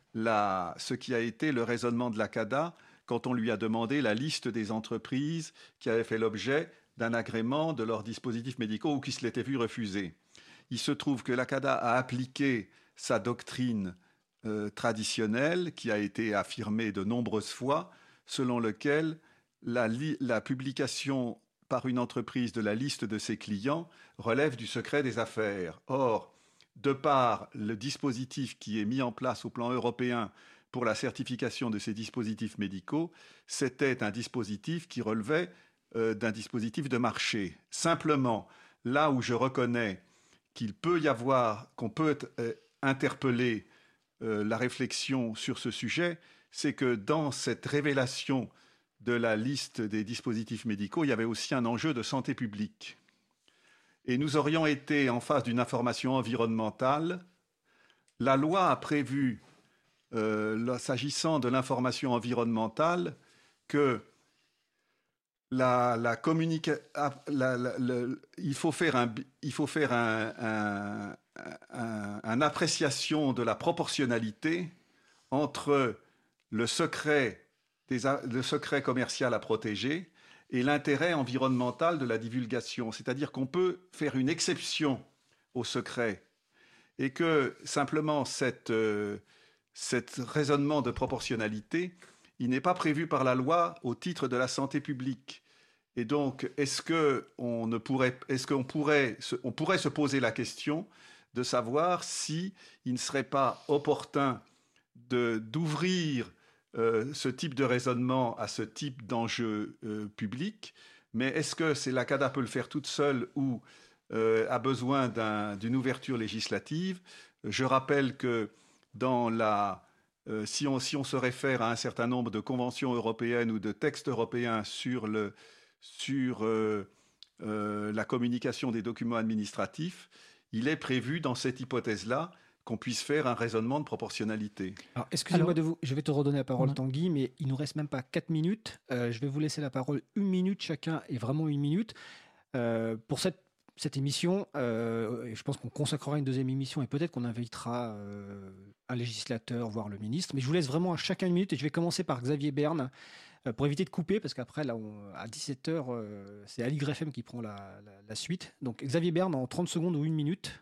la, ce qui a été le raisonnement de la C A D A quand on lui a demandé la liste des entreprises qui avaient fait l'objet d'un agrément de leurs dispositifs médicaux ou qui se l'étaient vu refuser. Il se trouve que la C A D A a appliqué sa doctrine euh, traditionnelle, qui a été affirmée de nombreuses fois, selon laquelle la, li- la publication par une entreprise de la liste de ses clients relève du secret des affaires. Or, de par le dispositif qui est mis en place au plan européen pour la certification de ces dispositifs médicaux, c'était un dispositif qui relevait euh, d'un dispositif de marché. Simplement, là où je reconnais qu'il peut y avoir, qu'on peut euh, interpeller euh, la réflexion sur ce sujet, c'est que dans cette révélation de la liste des dispositifs médicaux, il y avait aussi un enjeu de santé publique. Et nous aurions été en face d'une information environnementale. La loi a prévu, euh, s'agissant de l'information environnementale, que la, la communica- la, la, la, il faut faire un, il faut faire un, un, un, un appréciation de la proportionnalité entre le secret, des, le secret commercial à protéger et l'intérêt environnemental de la divulgation. C'est-à-dire qu'on peut faire une exception au secret et que simplement cette, euh, cet raisonnement de proportionnalité, il n'est pas prévu par la loi au titre de la santé publique. Et donc, est-ce qu'on ne pourrait, est-ce qu'on pourrait, on pourrait se poser la question de savoir si il ne serait pas opportun de, d'ouvrir euh, ce type de raisonnement à ce type d'enjeu euh, public, mais est-ce que c'est la CADA peut le faire toute seule ou euh, a besoin d'un, d'une ouverture législative? Je rappelle que dans la, euh, si, on, si on se réfère à un certain nombre de conventions européennes ou de textes européens sur, le, sur euh, euh, la communication des documents administratifs, il est prévu dans cette hypothèse-là qu'on puisse faire un raisonnement de proportionnalité. Alors, excusez-moi Alors, de vous, je vais te redonner la parole, ouais. Tanguy, mais il nous reste même pas quatre minutes. Euh, je vais vous laisser la parole une minute chacun, et vraiment une minute. Euh, pour cette, cette émission, euh, et je pense qu'on consacrera une deuxième émission, et peut-être qu'on invitera euh, un législateur, voire le ministre, mais je vous laisse vraiment à chacun une minute, et je vais commencer par Xavier Berne, euh, pour éviter de couper, parce qu'après, là, on, à dix-sept heures, euh, c'est Aligre F M qui prend la, la, la suite. Donc, Xavier Berne, en trente secondes ou une minute.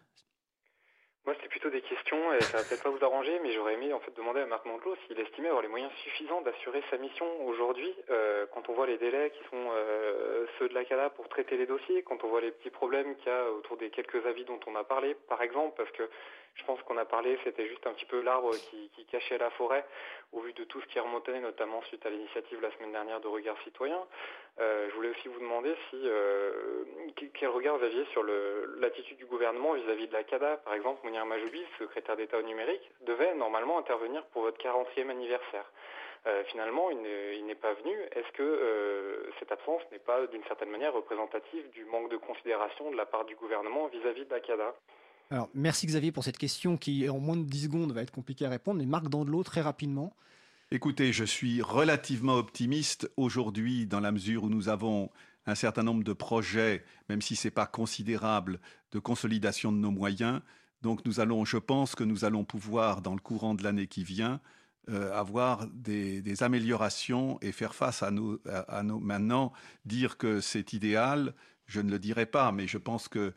Moi, c'est plutôt des questions, et ça va peut-être pas vous arranger, mais j'aurais aimé en fait demander à Marc Mondelot s'il estimait avoir les moyens suffisants d'assurer sa mission aujourd'hui, euh, quand on voit les délais qui sont euh, ceux de la CADA pour traiter les dossiers, quand on voit les petits problèmes qu'il y a autour des quelques avis dont on a parlé, par exemple, parce que je pense qu'on a parlé, c'était juste un petit peu l'arbre qui, qui cachait la forêt, au vu de tout ce qui remontait, notamment suite à l'initiative la semaine dernière de Regard Citoyen. Euh, je voulais aussi vous demander si euh, quel regard vous aviez sur le, l'attitude du gouvernement vis-à-vis de la CADA. Par exemple, Mounir Mahjoubi, secrétaire d'État au numérique, devait normalement intervenir pour votre quarantième anniversaire. Euh, finalement, il, ne, il n'est pas venu. Est-ce que euh, cette absence n'est pas d'une certaine manière représentative du manque de considération de la part du gouvernement vis-à-vis de la CADA ? Alors, merci Xavier pour cette question qui, en moins de dix secondes, va être compliquée à répondre. Mais Marc Dandelot, très rapidement. Écoutez, je suis relativement optimiste aujourd'hui dans la mesure où nous avons un certain nombre de projets, même si ce n'est pas considérable, de consolidation de nos moyens. Donc nous allons, je pense que nous allons pouvoir, dans le courant de l'année qui vient, euh, avoir des, des améliorations et faire face à nos, à, à nos... Maintenant, dire que c'est idéal, je ne le dirai pas, mais je pense que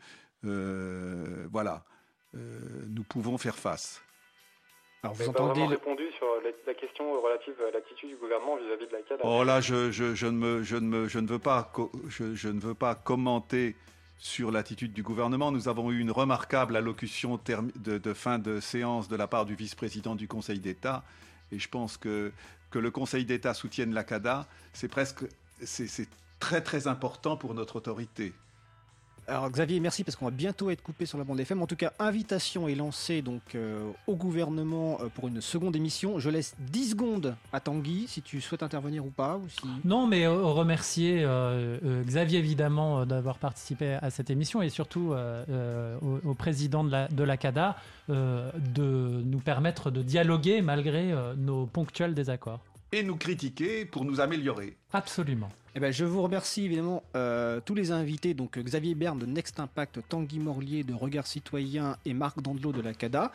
Euh, voilà, euh, nous pouvons faire face. Alors, vous, vous entendez pas vraiment le... répondu sur la, la question relative à l'attitude du gouvernement vis-à-vis de la CADA. Oh là, je, je, je, ne, me, je, ne, me, je, ne veux pas, je, je ne veux pas commenter sur l'attitude du gouvernement. Nous avons eu une remarquable allocution de, de fin de séance de la part du vice-président du Conseil d'État. Et je pense que, que le Conseil d'État soutienne la CADA, c'est presque, c'est, c'est très très important pour notre autorité. Alors Xavier, merci parce qu'on va bientôt être coupé sur la bande F M. En tout cas, invitation est lancée donc euh, au gouvernement euh, pour une seconde émission. Je laisse dix secondes à Tanguy si tu souhaites intervenir ou pas. Ou si... Non, mais euh, remercier euh, euh, Xavier évidemment euh, d'avoir participé à cette émission et surtout euh, euh, au, au président de la, de la CADA euh, de nous permettre de dialoguer malgré euh, nos ponctuels désaccords. Et nous critiquer pour nous améliorer. Absolument. Eh ben, je vous remercie évidemment euh, tous les invités, donc Xavier Berne de Next Impact, Tanguy Morlier de Regard Citoyen et Marc Dandelot de la CADA.